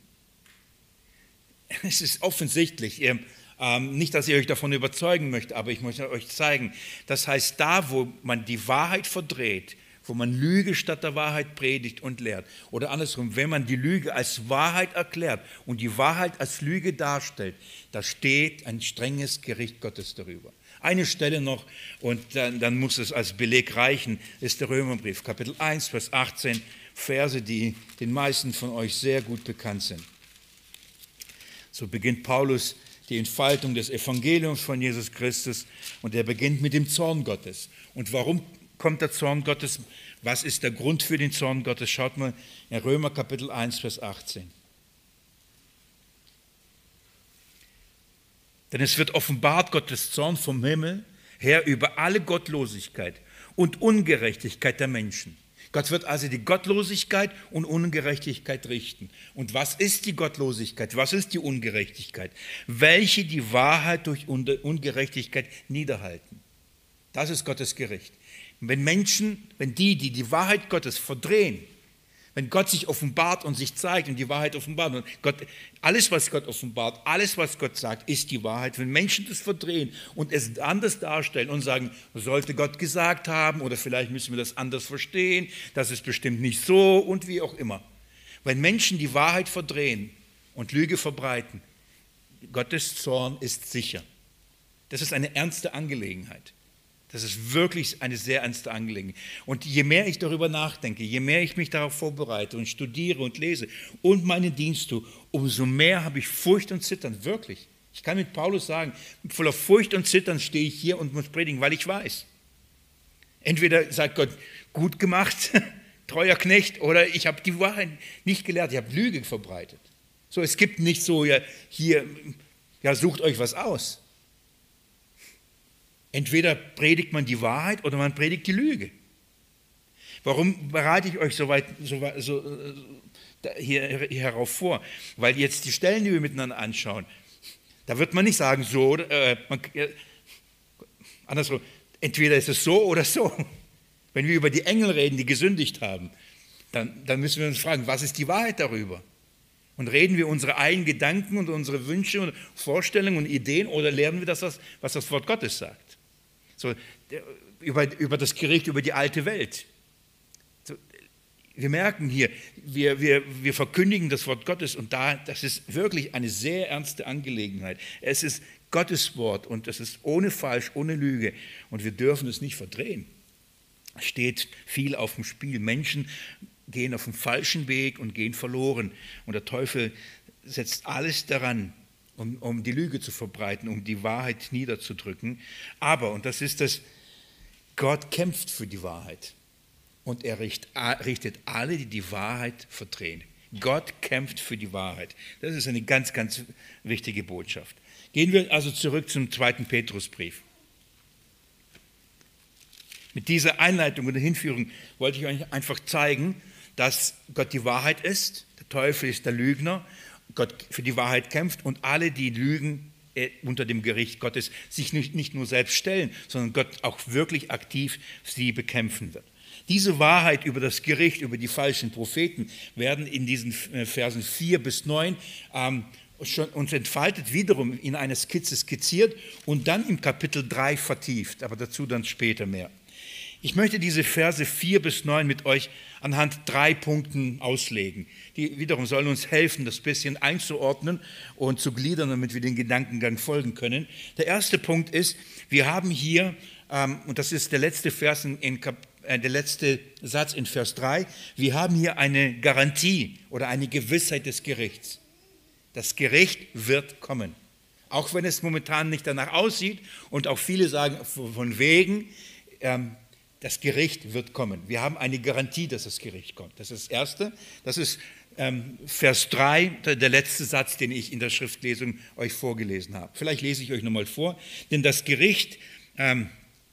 Es ist offensichtlich, ihr, ähm, nicht, dass ich euch davon überzeugen möchte, aber ich möchte euch zeigen, das heißt, da, wo man die Wahrheit verdreht, wo man Lüge statt der Wahrheit predigt und lehrt. Oder andersrum, wenn man die Lüge als Wahrheit erklärt und die Wahrheit als Lüge darstellt, da steht ein strenges Gericht Gottes darüber. Eine Stelle noch und dann, dann muss es als Beleg reichen, ist der Römerbrief, Kapitel eins, Vers achtzehn, Verse, die den meisten von euch sehr gut bekannt sind. So beginnt Paulus die Entfaltung des Evangeliums von Jesus Christus und er beginnt mit dem Zorn Gottes. Und warum kommt der Zorn Gottes? Was ist der Grund für den Zorn Gottes? Schaut mal in Römer Kapitel eins, Vers achtzehn. Denn es wird offenbart Gottes Zorn vom Himmel her über alle Gottlosigkeit und Ungerechtigkeit der Menschen. Gott wird also die Gottlosigkeit und Ungerechtigkeit richten. Und was ist die Gottlosigkeit? Was ist die Ungerechtigkeit? Welche die Wahrheit durch Ungerechtigkeit niederhalten. Das ist Gottes Gericht. Wenn Menschen, wenn die, die die Wahrheit Gottes verdrehen, wenn Gott sich offenbart und sich zeigt und die Wahrheit offenbart, und Gott, alles, was Gott offenbart, alles, was Gott sagt, ist die Wahrheit. Wenn Menschen das verdrehen und es anders darstellen und sagen, sollte Gott gesagt haben oder vielleicht müssen wir das anders verstehen, das ist bestimmt nicht so und wie auch immer. Wenn Menschen die Wahrheit verdrehen und Lüge verbreiten, Gottes Zorn ist sicher. Das ist eine ernste Angelegenheit. Das ist wirklich eine sehr ernste Angelegenheit. Und je mehr ich darüber nachdenke, je mehr ich mich darauf vorbereite und studiere und lese und meinen Dienst tue, umso mehr habe ich Furcht und Zittern, wirklich. Ich kann mit Paulus sagen, voller Furcht und Zittern stehe ich hier und muss predigen, weil ich weiß. Entweder sagt Gott, gut gemacht, treuer Knecht, oder ich habe die Wahrheit nicht gelehrt, ich habe Lüge verbreitet. So, es gibt nicht so, ja, hier, ja, sucht euch was aus. Entweder predigt man die Wahrheit oder man predigt die Lüge. Warum bereite ich euch so weit so, so, hier, hier herauf vor? Weil jetzt die Stellen, die wir miteinander anschauen, da wird man nicht sagen, so, äh, man, äh, andersrum, entweder ist es so oder so. Wenn wir über die Engel reden, die gesündigt haben, dann, dann müssen wir uns fragen, was ist die Wahrheit darüber? Und reden wir unsere eigenen Gedanken und unsere Wünsche und Vorstellungen und Ideen oder lernen wir das, was das Wort Gottes sagt? So, über, über das Gericht, über die alte Welt. So, wir merken hier, wir, wir, wir verkündigen das Wort Gottes und da, das ist wirklich eine sehr ernste Angelegenheit. Es ist Gottes Wort und es ist ohne Falsch, ohne Lüge und wir dürfen es nicht verdrehen. Es steht viel auf dem Spiel. Menschen gehen auf den falschen Weg und gehen verloren und der Teufel setzt alles daran, Um, um die Lüge zu verbreiten, um die Wahrheit niederzudrücken. Aber, und das ist das, Gott kämpft für die Wahrheit. Und er richt, richtet alle, die die Wahrheit verdrehen. Gott kämpft für die Wahrheit. Das ist eine ganz, ganz wichtige Botschaft. Gehen wir also zurück zum zweiten Petrusbrief. Mit dieser Einleitung und der Hinführung wollte ich euch einfach zeigen, dass Gott die Wahrheit ist, der Teufel ist der Lügner, Gott für die Wahrheit kämpft und alle, die lügen äh, unter dem Gericht Gottes, sich nicht, nicht nur selbst stellen, sondern Gott auch wirklich aktiv sie bekämpfen wird. Diese Wahrheit über das Gericht, über die falschen Propheten werden in diesen Versen vier bis neun ähm, schon uns entfaltet, wiederum in einer Skizze skizziert und dann im Kapitel drei vertieft, aber dazu dann später mehr. Ich möchte diese Verse vier bis neun mit euch anhand drei Punkten auslegen. Die wiederum sollen uns helfen, das bisschen einzuordnen und zu gliedern, damit wir den Gedankengang folgen können. Der erste Punkt ist, wir haben hier, ähm, und das ist der letzte Vers in, in Kap, äh, der letzte Satz in Vers drei, wir haben hier eine Garantie oder eine Gewissheit des Gerichts. Das Gericht wird kommen. Auch wenn es momentan nicht danach aussieht und auch viele sagen, von wegen, ähm, das Gericht wird kommen. Wir haben eine Garantie, dass das Gericht kommt. Das ist das Erste. Das ist ähm, Vers drei, der letzte Satz, den ich in der Schriftlesung euch vorgelesen habe. Vielleicht lese ich euch nochmal vor. Denn das Gericht, ähm,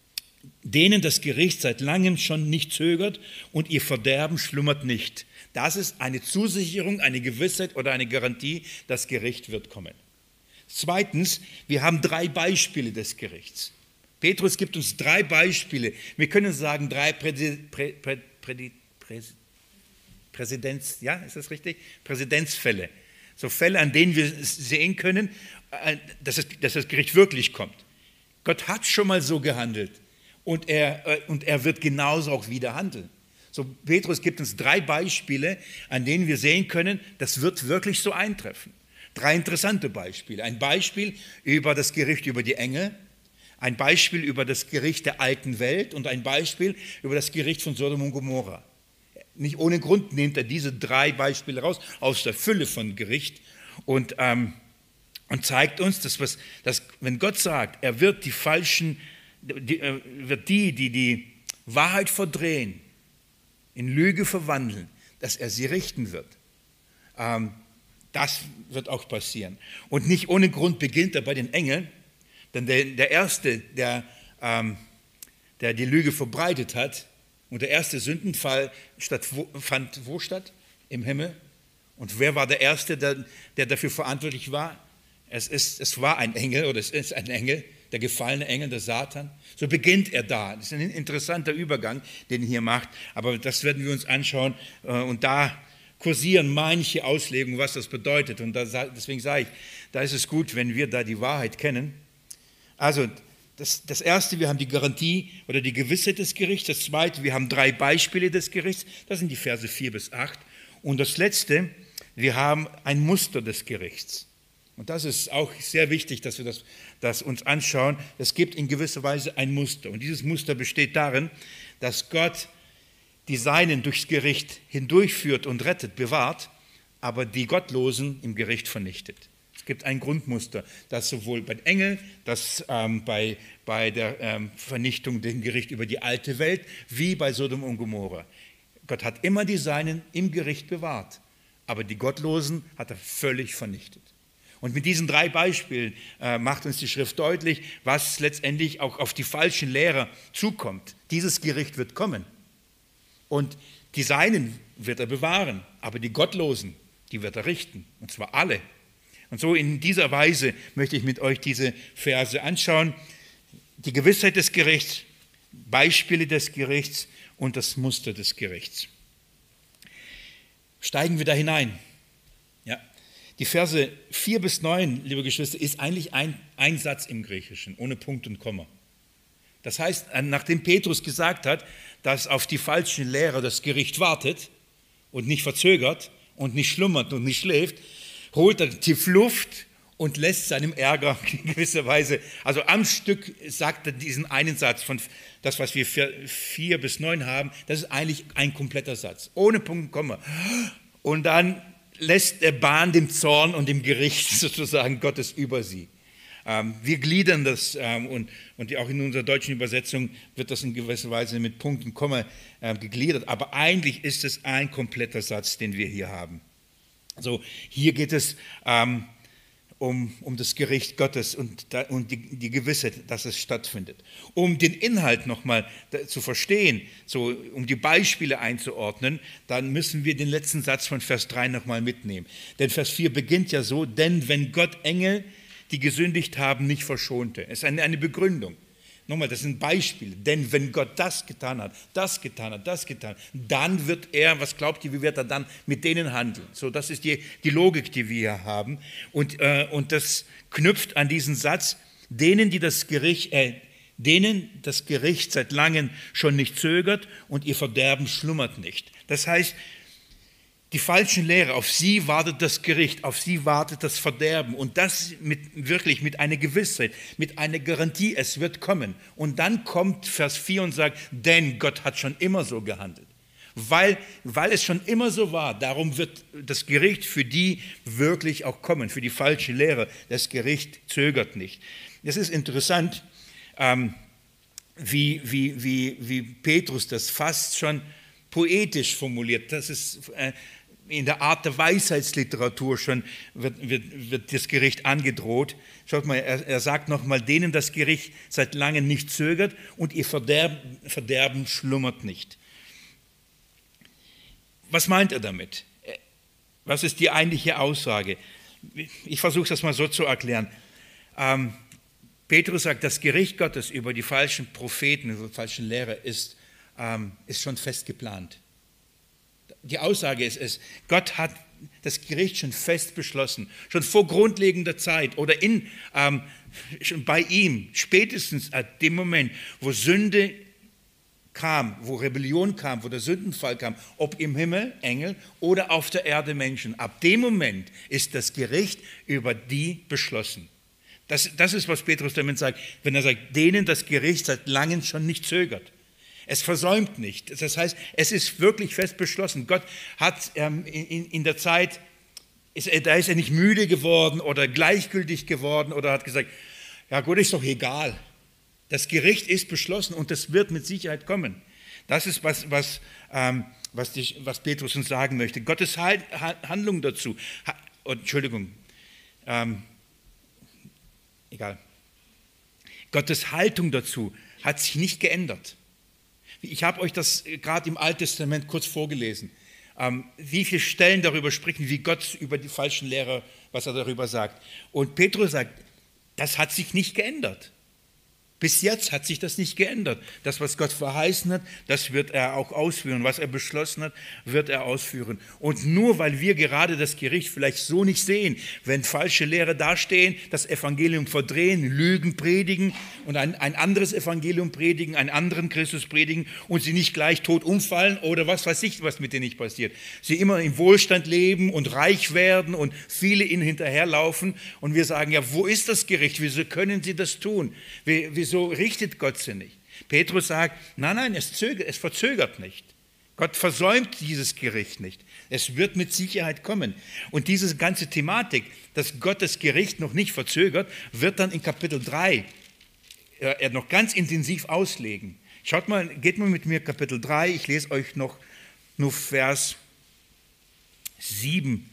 denen das Gericht seit langem schon nicht zögert und ihr Verderben schlummert nicht. Das ist eine Zusicherung, eine Gewissheit oder eine Garantie, das Gericht wird kommen. Zweitens, wir haben drei Beispiele des Gerichts. Petrus gibt uns drei Beispiele. Wir können sagen, drei Prädi, Prä, Prä, Prä, Prä, Präsidenz, ja, ist das richtig? Präzedenzfälle. So Fälle, an denen wir sehen können, dass, es, dass das Gericht wirklich kommt. Gott hat schon mal so gehandelt und er, und er wird genauso auch wieder handeln. So, Petrus gibt uns drei Beispiele, an denen wir sehen können, das wird wirklich so eintreffen. Drei interessante Beispiele. Ein Beispiel über das Gericht über die Engel, ein Beispiel über das Gericht der alten Welt und ein Beispiel über das Gericht von Sodom und Gomorra. nicht ohne Grund nimmt er diese drei Beispiele raus, aus der Fülle von Gericht und, ähm, und zeigt uns, dass, was, dass wenn Gott sagt, er wird die Falschen, die, äh, wird die, die die Wahrheit verdrehen, in Lüge verwandeln, dass er sie richten wird. Ähm, das wird auch passieren. Und nicht ohne Grund beginnt er bei den Engeln, denn der, der Erste, der, ähm, der die Lüge verbreitet hat, und der erste Sündenfall statt, wo, fand wo statt? Im Himmel. Und wer war der Erste, der, der dafür verantwortlich war? Es, ist, es war ein Engel oder es ist ein Engel, der gefallene Engel, der Satan. So beginnt er da. Das ist ein interessanter Übergang, den er hier macht, aber das werden wir uns anschauen. Und da kursieren manche Auslegungen, was das bedeutet. Und da, deswegen sage ich, da ist es gut, wenn wir da die Wahrheit kennen. Also, Das, das Erste, wir haben die Garantie oder die Gewissheit des Gerichts. Das Zweite, wir haben drei Beispiele des Gerichts. Das sind die Verse vier bis acht. Und das Letzte, wir haben ein Muster des Gerichts. Und das ist auch sehr wichtig, dass wir das, das uns anschauen. Es gibt in gewisser Weise ein Muster. Und dieses Muster besteht darin, dass Gott die Seinen durchs Gericht hindurchführt und rettet, bewahrt, aber die Gottlosen im Gericht vernichtet. Es gibt ein Grundmuster, das sowohl bei den Engeln, das ähm, bei, bei der ähm, Vernichtung, dem Gericht über die alte Welt, wie bei Sodom und Gomorra. Gott hat immer die Seinen im Gericht bewahrt, aber die Gottlosen hat er völlig vernichtet. Und mit diesen drei Beispielen äh, macht uns die Schrift deutlich, was letztendlich auch auf die falschen Lehrer zukommt. Dieses Gericht wird kommen und die Seinen wird er bewahren, aber die Gottlosen, die wird er richten, und zwar alle. Und so in dieser Weise möchte ich mit euch diese Verse anschauen. Die Gewissheit des Gerichts, Beispiele des Gerichts und das Muster des Gerichts. Steigen wir da hinein. Ja. Die Verse vier bis neun, liebe Geschwister, ist eigentlich ein, ein Satz im Griechischen, ohne Punkt und Komma. Das heißt, nachdem Petrus gesagt hat, dass auf die falschen Lehrer das Gericht wartet und nicht verzögert und nicht schlummert und nicht schläft, holt er tief Luft und lässt seinem Ärger in gewisser Weise, also am Stück sagt er diesen einen Satz von das, was wir vier bis neun haben, das ist eigentlich ein kompletter Satz, ohne Punkt und Komma. Und dann lässt er Bahn dem Zorn und dem Gericht sozusagen Gottes über sie. Wir gliedern das und, und auch in unserer deutschen Übersetzung wird das in gewisser Weise mit Punkt und Komma gegliedert, aber eigentlich ist es ein kompletter Satz, den wir hier haben. Also hier geht es ähm, um, um das Gericht Gottes und, da, und die, die Gewissheit, dass es stattfindet. Um den Inhalt nochmal zu verstehen, so, um die Beispiele einzuordnen, dann müssen wir den letzten Satz von Vers drei nochmal mitnehmen. Denn Vers vier beginnt ja so, denn wenn Gott Engel, die gesündigt haben, nicht verschonte. Es ist eine, eine Begründung. Nochmal, das sind Beispiele. Denn wenn Gott das getan hat, das getan hat, das getan hat, dann wird er, was glaubt ihr, wie wird er dann mit denen handeln? So, das ist die, die Logik, die wir hier haben. Und, äh, und das knüpft an diesen Satz, denen, die das Gericht, äh, denen das Gericht seit langem schon nicht zögert und ihr Verderben schlummert nicht. Das heißt, die falschen Lehrer, auf sie wartet das Gericht, auf sie wartet das Verderben und das mit, wirklich mit einer Gewissheit, mit einer Garantie, es wird kommen. Und dann kommt Vers vier und sagt, denn Gott hat schon immer so gehandelt. Weil, weil es schon immer so war, darum wird das Gericht für die wirklich auch kommen, für die falschen Lehrer. Das Gericht zögert nicht. Es ist interessant, ähm, wie, wie, wie, wie Petrus das fast schon poetisch formuliert. Das ist äh, in der Art der Weisheitsliteratur schon wird, wird, wird das Gericht angedroht. Schaut mal, er, er sagt nochmal, denen das Gericht seit langem nicht zögert und ihr Verderben, Verderben schlummert nicht. Was meint er damit? Was ist die eigentliche Aussage? Ich versuche das mal so zu erklären. Ähm, Petrus sagt, das Gericht Gottes über die falschen Propheten, über die falschen Lehrer ist, ähm, ist schon fest geplant. Die Aussage ist es, Gott hat das Gericht schon fest beschlossen, schon vor grundlegender Zeit oder in, ähm, schon bei ihm, spätestens ab dem Moment, wo Sünde kam, wo Rebellion kam, wo der Sündenfall kam, ob im Himmel Engel oder auf der Erde Menschen. Ab dem Moment ist das Gericht über die beschlossen. Das, das ist, was Petrus damit sagt, wenn er sagt, denen das Gericht seit langem schon nicht zögert. Es versäumt nicht. Das heißt, es ist wirklich fest beschlossen. Gott hat ähm, in, in der Zeit, ist er, da ist er nicht müde geworden oder gleichgültig geworden oder hat gesagt, ja gut, ist doch egal. Das Gericht ist beschlossen und das wird mit Sicherheit kommen. Das ist, was, was, ähm, was, die, was Petrus uns sagen möchte. Gottes Handlung dazu, ha, oh, Entschuldigung, ähm, egal. Gottes Haltung dazu hat sich nicht geändert. Ich habe euch das gerade im Alten Testament kurz vorgelesen. Ähm, wie viele Stellen darüber sprechen, wie Gott über die falschen Lehrer, was er darüber sagt. Und Petrus sagt, das hat sich nicht geändert. Bis jetzt hat sich das nicht geändert. Das, was Gott verheißen hat, das wird er auch ausführen. Was er beschlossen hat, wird er ausführen. Und nur weil wir gerade das Gericht vielleicht so nicht sehen, wenn falsche Lehrer dastehen, das Evangelium verdrehen, Lügen predigen und ein, ein anderes Evangelium predigen, einen anderen Christus predigen und sie nicht gleich tot umfallen oder was weiß ich, was mit denen nicht passiert. Sie immer im Wohlstand leben und reich werden und viele ihnen hinterherlaufen und wir sagen, ja, wo ist das Gericht? Wieso können sie das tun? Wieso So richtet Gott sie nicht. Petrus sagt, nein, nein, es, zögert, es verzögert nicht. Gott versäumt dieses Gericht nicht. Es wird mit Sicherheit kommen. Und diese ganze Thematik, dass Gott das Gericht noch nicht verzögert, wird dann in Kapitel drei er noch ganz intensiv auslegen. Schaut mal, geht mal mit mir Kapitel drei, ich lese euch noch nur Vers sieben.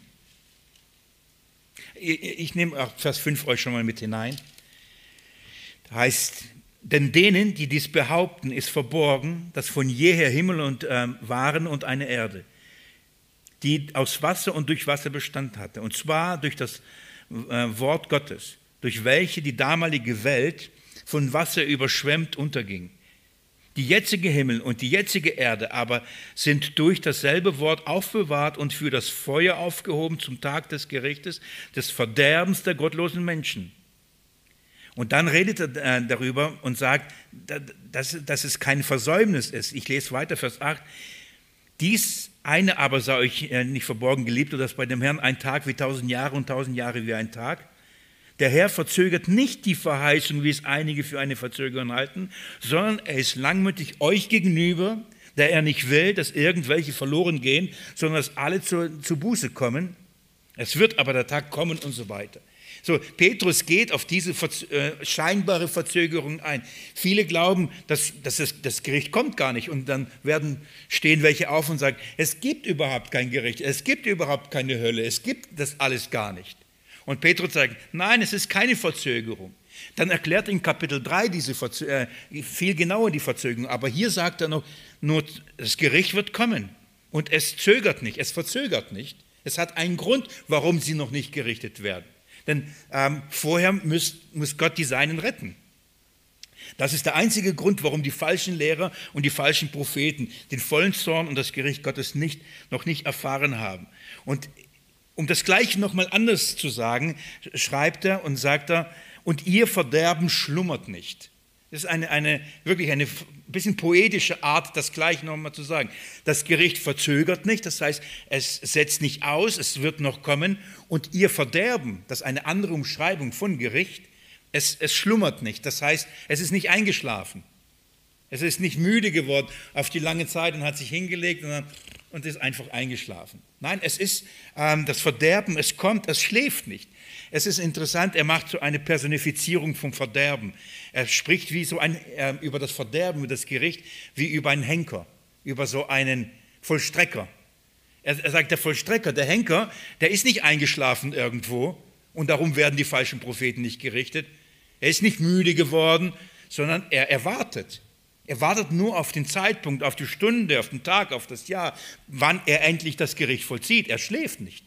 Ich nehme Vers fünf euch schon mal mit hinein. Heißt, denn denen, die dies behaupten, ist verborgen, dass von jeher Himmel und ähm, waren und eine Erde, die aus Wasser und durch Wasser Bestand hatte, und zwar durch das äh, Wort Gottes, durch welche die damalige Welt von Wasser überschwemmt unterging. Die jetzige Himmel und die jetzige Erde aber sind durch dasselbe Wort aufbewahrt und für das Feuer aufgehoben zum Tag des Gerichtes, des Verderbens der gottlosen Menschen. Und dann redet er darüber und sagt, dass, dass es kein Versäumnis ist. Ich lese weiter, Vers acht. Dies eine aber sei euch nicht verborgen, Geliebte, dass bei dem Herrn ein Tag wie tausend Jahre und tausend Jahre wie ein Tag. Der Herr verzögert nicht die Verheißung, wie es einige für eine Verzögerung halten, sondern er ist langmütig euch gegenüber, der er nicht will, dass irgendwelche verloren gehen, sondern dass alle zur, zur Buße kommen. Es wird aber der Tag kommen und so weiter. So, Petrus geht auf diese äh, scheinbare Verzögerung ein. Viele glauben, dass, dass das, das Gericht kommt gar nicht und dann werden, stehen welche auf und sagen, es gibt überhaupt kein Gericht, es gibt überhaupt keine Hölle, es gibt das alles gar nicht. Und Petrus sagt, nein, es ist keine Verzögerung. Dann erklärt in Kapitel drei diese Verzö- äh, viel genauer die Verzögerung, aber hier sagt er noch, nur das Gericht wird kommen und es zögert nicht, es verzögert nicht. Es hat einen Grund, warum sie noch nicht gerichtet werden. Denn ähm, vorher muss, muss Gott die Seinen retten. Das ist der einzige Grund, warum die falschen Lehrer und die falschen Propheten den vollen Zorn und das Gericht Gottes nicht, noch nicht erfahren haben. Und um das Gleiche nochmal anders zu sagen, schreibt er und sagt er, und ihr Verderben schlummert nicht. Das ist eine, eine wirklich eine bisschen poetische Art, das Gleiche nochmal zu sagen. Das Gericht verzögert nicht, das heißt, es setzt nicht aus, es wird noch kommen. Und ihr Verderben, das ist eine andere Umschreibung von Gericht, es, es schlummert nicht, das heißt, es ist nicht eingeschlafen. Es ist nicht müde geworden auf die lange Zeit und hat sich hingelegt und, dann, und ist einfach eingeschlafen. Nein, es ist ähm, das Verderben, es kommt, es schläft nicht. Es ist interessant, er macht so eine Personifizierung vom Verderben. Er spricht wie so ein, äh, über das Verderben, über das Gericht, wie über einen Henker, über so einen Vollstrecker. Er, er sagt, der Vollstrecker, der Henker, der ist nicht eingeschlafen irgendwo und darum werden die falschen Propheten nicht gerichtet. Er ist nicht müde geworden, sondern er erwartet. Er wartet nur auf den Zeitpunkt, auf die Stunde, auf den Tag, auf das Jahr, wann er endlich das Gericht vollzieht. Er schläft nicht.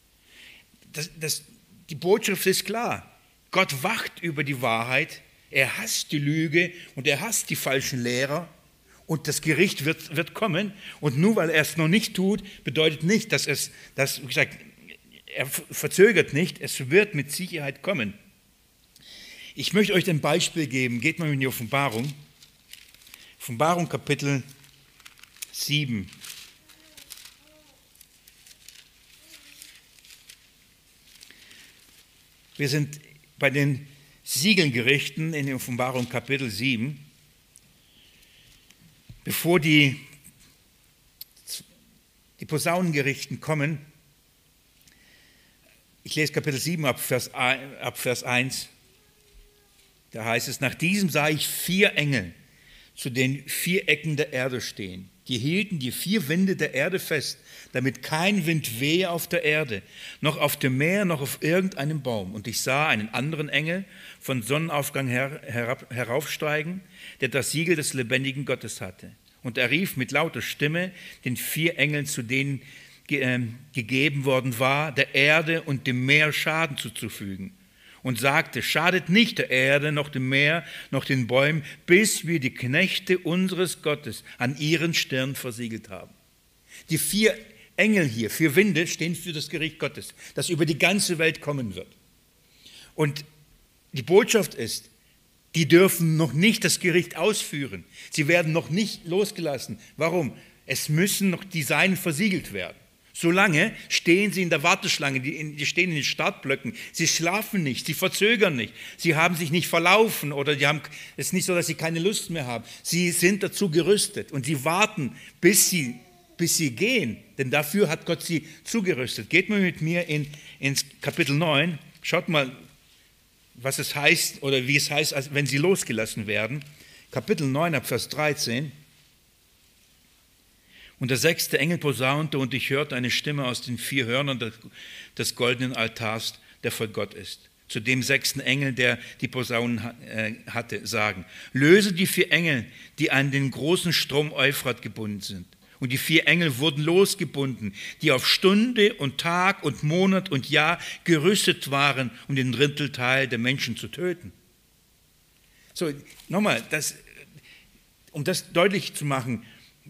Das, das, die Botschaft ist klar. Gott wacht über die Wahrheit, er hasst die Lüge und er hasst die falschen Lehrer und das Gericht wird, wird kommen. Und nur weil er es noch nicht tut, bedeutet nicht, dass es, dass, wie gesagt, er verzögert nicht, es wird mit Sicherheit kommen. Ich möchte euch ein Beispiel geben, geht mal in die Offenbarung. Offenbarung Kapitel sieben. Wir sind bei den Siegelgerichten in der Offenbarung Kapitel sieben. bevor die, die Posaunengerichten kommen, ich lese Kapitel sieben ab Vers, ab Vers eins, da heißt es, nach diesem sah ich vier Engel zu den vier Ecken der Erde stehen. Die hielten die vier Winde der Erde fest, damit kein Wind wehe auf der Erde, noch auf dem Meer, noch auf irgendeinem Baum. Und ich sah einen anderen Engel von Sonnenaufgang her, herab, heraufsteigen, der das Siegel des lebendigen Gottes hatte. Und er rief mit lauter Stimme den vier Engeln, zu denen ge, äh, gegeben worden war, der Erde und dem Meer Schaden zuzufügen. Und sagte, schadet nicht der Erde, noch dem Meer, noch den Bäumen, bis wir die Knechte unseres Gottes an ihren Stirn versiegelt haben. Die vier Engel hier, vier Winde, stehen für das Gericht Gottes, das über die ganze Welt kommen wird. Und die Botschaft ist, die dürfen noch nicht das Gericht ausführen. Sie werden noch nicht losgelassen. Warum? Es müssen noch die Seinen versiegelt werden. Solange stehen sie in der Warteschlange, die, die stehen in den Startblöcken. Sie schlafen nicht, sie verzögern nicht, sie haben sich nicht verlaufen oder die haben, es ist nicht so, dass sie keine Lust mehr haben. Sie sind dazu gerüstet und sie warten, bis sie, bis sie gehen, denn dafür hat Gott sie zugerüstet. Geht mal mit mir in, ins Kapitel neun, schaut mal, was es heißt oder wie es heißt, wenn sie losgelassen werden. Kapitel neun, ab Vers dreizehn. Und der sechste Engel posaunte, und ich hörte eine Stimme aus den vier Hörnern des goldenen Altars, der vor Gott ist. Zu dem sechsten Engel, der die Posaunen hatte, sagen, löse die vier Engel, die an den großen Strom Euphrat gebunden sind. Und die vier Engel wurden losgebunden, die auf Stunde und Tag und Monat und Jahr gerüstet waren, um den Drittelteil der Menschen zu töten. So, nochmal, das, um das deutlich zu machen,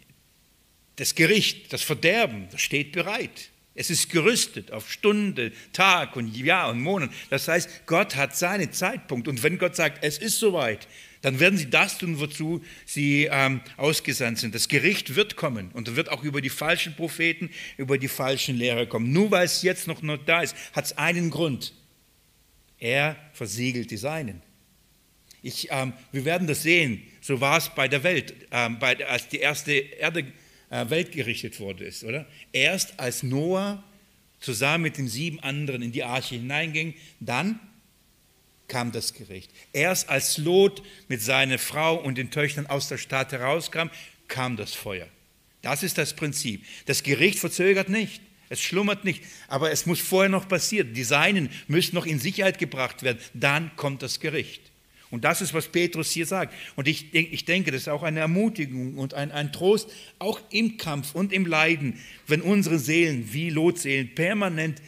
das Gericht, das Verderben, das steht bereit. Es ist gerüstet auf Stunde, Tag und Jahr und Monat. Das heißt, Gott hat seinen Zeitpunkt. Und wenn Gott sagt, es ist soweit, dann werden sie das tun, wozu sie ähm, ausgesandt sind. Das Gericht wird kommen und wird auch über die falschen Propheten, über die falschen Lehrer kommen. Nur weil es jetzt noch nicht da ist, hat es einen Grund. Er versiegelt die Seinen. Ich, ähm, wir werden das sehen. So war es bei der Welt, ähm, bei, als die erste Erde Welt gerichtet wurde, ist, oder? Erst als Noah zusammen mit den sieben anderen in die Arche hineinging, dann kam das Gericht. Erst als Lot mit seiner Frau und den Töchtern aus der Stadt herauskam, kam das Feuer. Das ist das Prinzip. Das Gericht verzögert nicht, es schlummert nicht, aber es muss vorher noch passieren. Die Seinen müssen noch in Sicherheit gebracht werden, dann kommt das Gericht. Und das ist, was Petrus hier sagt. Und ich, ich denke, das ist auch eine Ermutigung und ein, ein Trost, auch im Kampf und im Leiden, wenn unsere Seelen, wie Lotseelen, permanent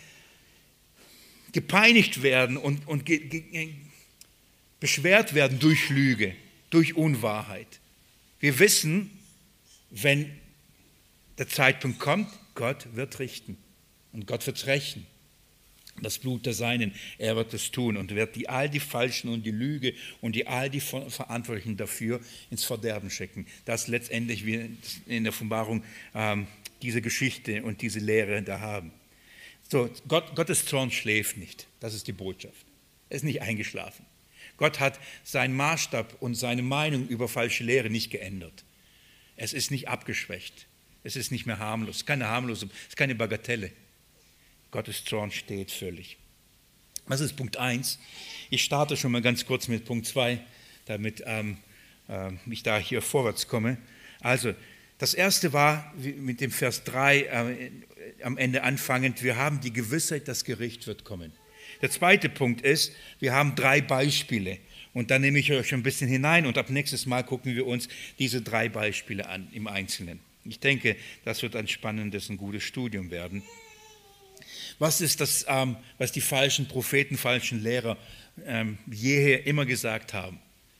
gepeinigt werden und, und ge, ge, beschwert werden durch Lüge, durch Unwahrheit. Wir wissen, wenn der Zeitpunkt kommt, Gott wird richten und Gott wird rächen. Das Blut der Seinen, er wird es tun und wird die, all die Falschen und die Lüge und die, all die Verantwortlichen dafür ins Verderben schicken. Das letztendlich wir in der Offenbarung ähm, diese Geschichte und diese Lehre da haben. So, Gott, Gottes Zorn schläft nicht, das ist die Botschaft. Er ist nicht eingeschlafen. Gott hat seinen Maßstab und seine Meinung über falsche Lehre nicht geändert. Es ist nicht abgeschwächt, es ist nicht mehr harmlos, keine harmlose, es ist keine Bagatelle. Gottes Zorn steht völlig. Das ist Punkt eins. Ich starte schon mal ganz kurz mit Punkt zwei, damit ähm, äh, ich da hier vorwärts komme. Also, das erste war mit dem Vers drei äh, am Ende anfangend, wir haben die Gewissheit, das Gericht wird kommen. Der zweite Punkt ist, wir haben drei Beispiele. Und da nehme ich euch ein bisschen hinein und ab nächstes Mal gucken wir uns diese drei Beispiele an im Einzelnen. Ich denke, das wird ein spannendes und gutes Studium werden. Was ist das, ähm, was die falschen Propheten, falschen Lehrer ähm, jeher immer gesagt haben?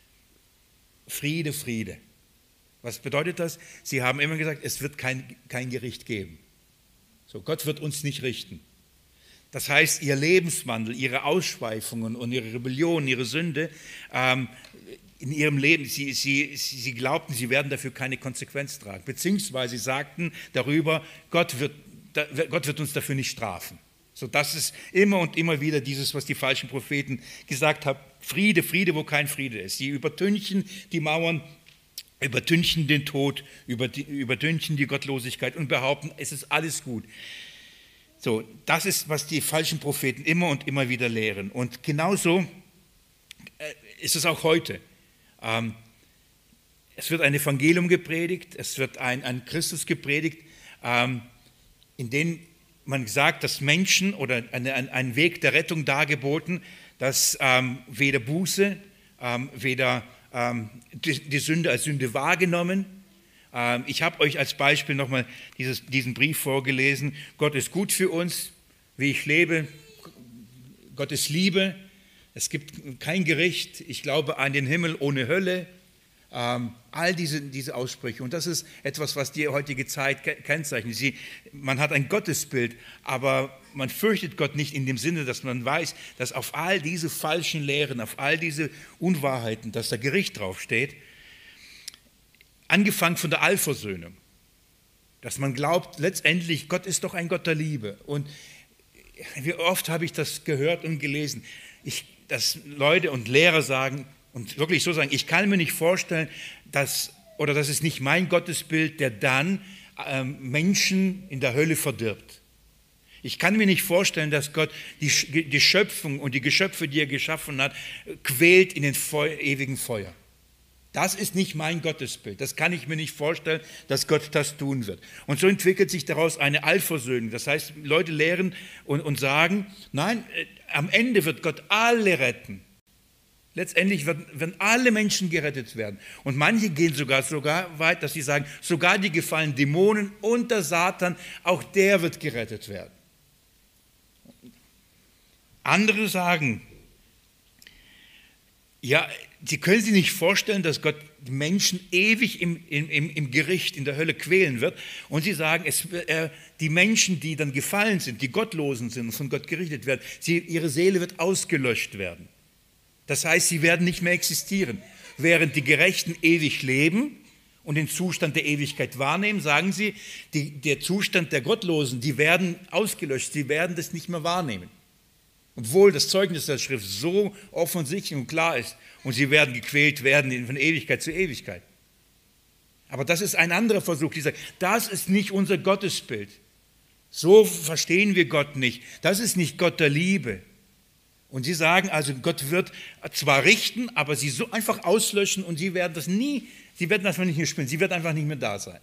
Friede, Friede. Was bedeutet das? Sie haben immer gesagt, es wird kein, kein Gericht geben. So, Gott wird uns nicht richten. Das heißt, ihr Lebenswandel, ihre Ausschweifungen und ihre Rebellion, ihre Sünde ähm, in ihrem Leben, sie, sie, sie glaubten, sie werden dafür keine Konsequenz tragen. Beziehungsweise sie sagten darüber, Gott wird Gott wird uns dafür nicht strafen. So, das ist immer und immer wieder dieses, was die falschen Propheten gesagt haben. Friede, Friede, wo kein Friede ist. Sie übertünchen die Mauern übertünchen den Tod, übertünchen die Gottlosigkeit und behaupten, es ist alles gut. So, das ist, was die falschen Propheten immer und immer wieder lehren. Und genauso ist es auch heute. Es wird ein Evangelium gepredigt, es wird ein, ein Christus gepredigt, in dem man sagt, dass Menschen oder eine, ein, ein Weg der Rettung dargeboten, dass ähm, weder Buße, ähm, weder ähm, die, die Sünde als Sünde wahrgenommen. Ähm, ich habe euch als Beispiel nochmal dieses, diesen Brief vorgelesen. Gott ist gut für uns, wie ich lebe. Gott ist Liebe. Es gibt kein Gericht. Ich glaube an den Himmel ohne Hölle. Ähm, all diese, diese Aussprüche. Und das ist etwas, was die heutige Zeit kennzeichnet. Sie, man hat ein Gottesbild, aber man fürchtet Gott nicht in dem Sinne, dass man weiß, dass auf all diese falschen Lehren, auf all diese Unwahrheiten, dass da Gericht draufsteht. Angefangen von der Allversöhnung. Dass man glaubt, letztendlich, Gott ist doch ein Gott der Liebe. Und wie oft habe ich das gehört und gelesen, ich, dass Leute und Lehrer sagen, und wirklich so sagen, ich kann mir nicht vorstellen, dass, oder das ist nicht mein Gottesbild, der dann ähm, Menschen in der Hölle verdirbt. Ich kann mir nicht vorstellen, dass Gott die, die Schöpfung und die Geschöpfe, die er geschaffen hat, quält in den Feu, ewigen Feuer. Das ist nicht mein Gottesbild. Das kann ich mir nicht vorstellen, dass Gott das tun wird. Und so entwickelt sich daraus eine Allversöhnung. Das heißt, Leute lehren und, und sagen, nein, äh, am Ende wird Gott alle retten. Letztendlich werden, werden alle Menschen gerettet werden. Und manche gehen sogar, sogar weit, dass sie sagen, sogar die gefallenen Dämonen und der Satan, auch der wird gerettet werden. Andere sagen, ja, sie können sich nicht vorstellen, dass Gott die Menschen ewig im, im, im Gericht, in der Hölle quälen wird. Und sie sagen, es, äh, die Menschen, die dann gefallen sind, die Gottlosen sind und von Gott gerichtet werden, sie, ihre Seele wird ausgelöscht werden. Das heißt, sie werden nicht mehr existieren. Während die Gerechten ewig leben und den Zustand der Ewigkeit wahrnehmen, sagen sie, die, der Zustand der Gottlosen, die werden ausgelöscht, sie werden das nicht mehr wahrnehmen. Obwohl das Zeugnis der Schrift so offensichtlich und klar ist und sie werden gequält werden von Ewigkeit zu Ewigkeit. Aber das ist ein anderer Versuch, die sagt, das ist nicht unser Gottesbild. So verstehen wir Gott nicht. Das ist nicht Gott der Liebe. Und sie sagen also, Gott wird zwar richten, aber sie so einfach auslöschen und sie werden das nie, sie werden das nicht mehr spielen, sie wird einfach nicht mehr da sein.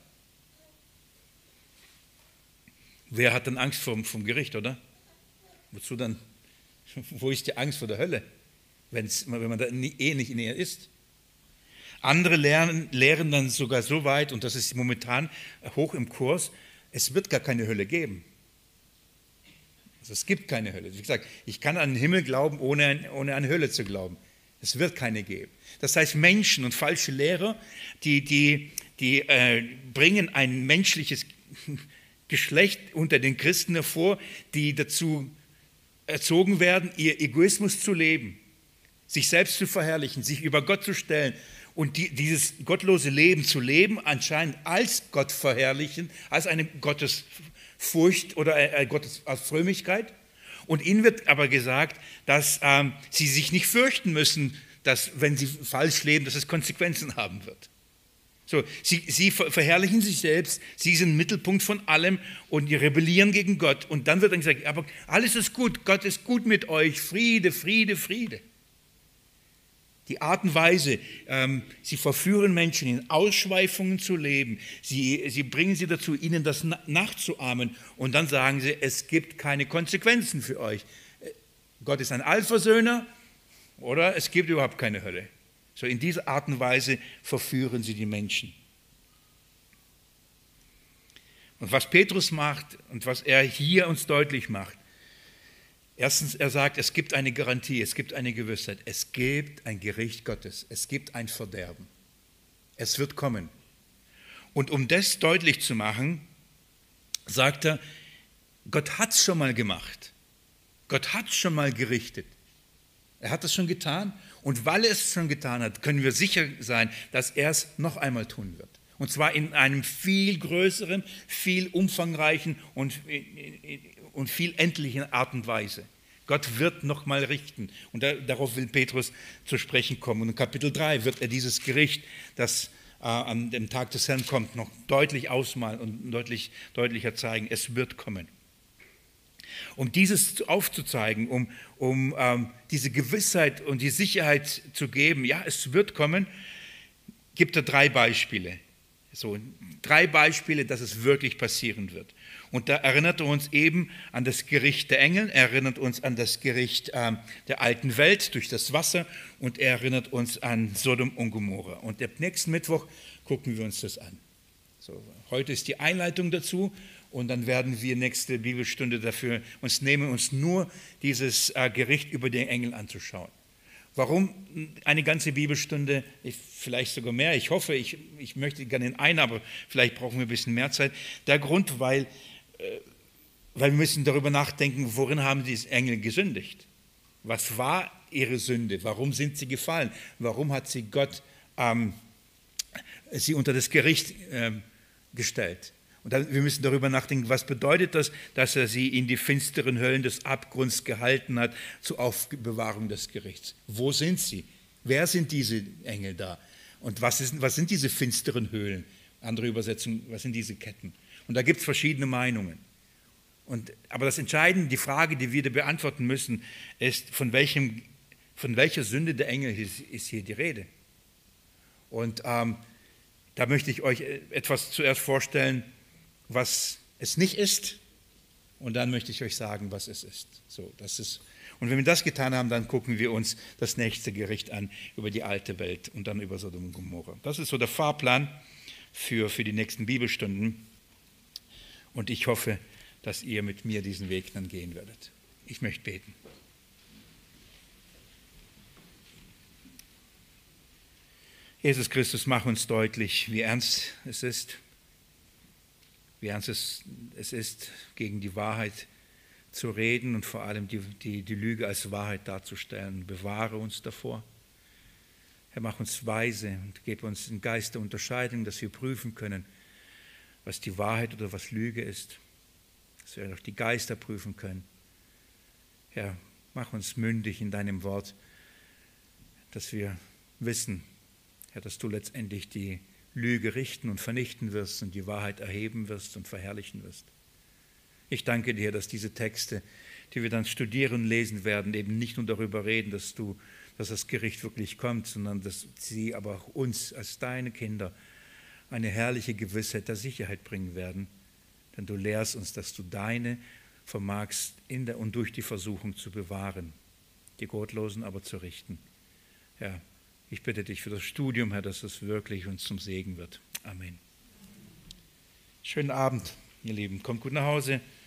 Wer hat denn Angst vom, vom Gericht, oder? Wozu dann? Wo ist die Angst vor der Hölle, wenn's, wenn man da nie, eh nicht in ihr ist? Andere lernen, lehren dann sogar so weit, und das ist momentan hoch im Kurs, es wird gar keine Hölle geben. Also es gibt keine Hölle. Wie gesagt, ich kann an den Himmel glauben, ohne, ohne an Hölle zu glauben. Es wird keine geben. Das heißt, Menschen und falsche Lehrer, die, die, die äh, bringen ein menschliches Geschlecht unter den Christen hervor, die dazu erzogen werden, ihr Egoismus zu leben, sich selbst zu verherrlichen, sich über Gott zu stellen und die, dieses gottlose Leben zu leben, anscheinend als Gott verherrlichen, als eine Gottesfurcht oder eine Gottes als Frömmigkeit. Und ihnen wird aber gesagt, dass ähm, sie sich nicht fürchten müssen, dass, wenn sie falsch leben, dass es Konsequenzen haben wird. So, sie, sie verherrlichen sich selbst, sie sind Mittelpunkt von allem und die rebellieren gegen Gott. Und dann wird dann gesagt, aber alles ist gut, Gott ist gut mit euch, Friede, Friede, Friede. Die Art und Weise, ähm, sie verführen Menschen in Ausschweifungen zu leben, sie, sie bringen sie dazu, ihnen das nachzuahmen und dann sagen sie, es gibt keine Konsequenzen für euch. Gott ist ein Allversöhner oder es gibt überhaupt keine Hölle. So in dieser Art und Weise verführen sie die Menschen. Und was Petrus macht und was er hier uns deutlich macht, erstens, er sagt, es gibt eine Garantie, es gibt eine Gewissheit, es gibt ein Gericht Gottes, es gibt ein Verderben. Es wird kommen. Und um das deutlich zu machen, sagt er, Gott hat es schon mal gemacht. Gott hat es schon mal gerichtet. Er hat es schon getan. Und weil er es schon getan hat, können wir sicher sein, dass er es noch einmal tun wird. Und zwar in einem viel größeren, viel umfangreichen und, und viel endlichen Art und Weise. Gott wird noch mal richten. Und da, darauf will Petrus zu sprechen kommen. Und in Kapitel drei wird er dieses Gericht, das äh, an dem Tag des Herrn kommt, noch deutlich ausmalen und deutlich, deutlicher zeigen. Es wird kommen. Um dieses aufzuzeigen, um, um ähm, diese Gewissheit und die Sicherheit zu geben, ja, es wird kommen, gibt er drei Beispiele. So, drei Beispiele, dass es wirklich passieren wird. Und da erinnert er uns eben an das Gericht der Engel, er erinnert uns an das Gericht ähm, der alten Welt durch das Wasser und er erinnert uns an Sodom und Gomorra. Und ab nächsten Mittwoch gucken wir uns das an. So, heute ist die Einleitung dazu und dann werden wir nächste Bibelstunde dafür uns nehmen, uns nur dieses äh, Gericht über den Engel anzuschauen. Warum eine ganze Bibelstunde, vielleicht sogar mehr, ich hoffe, ich, ich möchte gerne in eine, aber vielleicht brauchen wir ein bisschen mehr Zeit. Der Grund, weil, weil wir müssen darüber nachdenken, worin haben die Engel gesündigt? Was war ihre Sünde? Warum sind sie gefallen? Warum hat sie Gott ähm, sie unter das Gericht ähm, gestellt? Und dann, wir müssen darüber nachdenken, was bedeutet das, dass er sie in die finsteren Höllen des Abgrunds gehalten hat zur Aufbewahrung des Gerichts. Wo sind sie? Wer sind diese Engel da? Und was, ist, was sind diese finsteren Höhlen? Andere Übersetzung, was sind diese Ketten? Und da gibt es verschiedene Meinungen. Und, aber das Entscheidende, die Frage, die wir da beantworten müssen, ist, von, welchem, von welcher Sünde der Engel ist, ist hier die Rede? Und ähm, da möchte ich euch etwas zuerst vorstellen, was es nicht ist, und dann möchte ich euch sagen, was es ist. So, das ist. Und wenn wir das getan haben, dann gucken wir uns das nächste Gericht an über die alte Welt und dann über Sodom und Gomorra. Das ist so der Fahrplan für, für die nächsten Bibelstunden und ich hoffe, dass ihr mit mir diesen Weg dann gehen werdet. Ich möchte beten. Jesus Christus, mach uns deutlich, wie ernst es ist, wie ernst es, es ist, gegen die Wahrheit zu reden und vor allem die, die, die Lüge als Wahrheit darzustellen. Bewahre uns davor. Herr, mach uns weise und gib uns einen Geist der Unterscheidung, dass wir prüfen können, was die Wahrheit oder was Lüge ist. Dass wir auch die Geister prüfen können. Herr, mach uns mündig in deinem Wort, dass wir wissen, Herr, dass du letztendlich die Lüge richten und vernichten wirst und die Wahrheit erheben wirst und verherrlichen wirst. Ich danke dir, dass diese Texte, die wir dann studieren und lesen werden, eben nicht nur darüber reden, dass, du, dass das Gericht wirklich kommt, sondern dass sie aber auch uns als deine Kinder eine herrliche Gewissheit der Sicherheit bringen werden. Denn du lehrst uns, dass du deine vermagst in der und durch die Versuchung zu bewahren, die Gottlosen aber zu richten. Ja, ich bitte dich für das Studium, Herr, dass es wirklich uns zum Segen wird. Amen. Schönen Abend, ihr Lieben. Kommt gut nach Hause.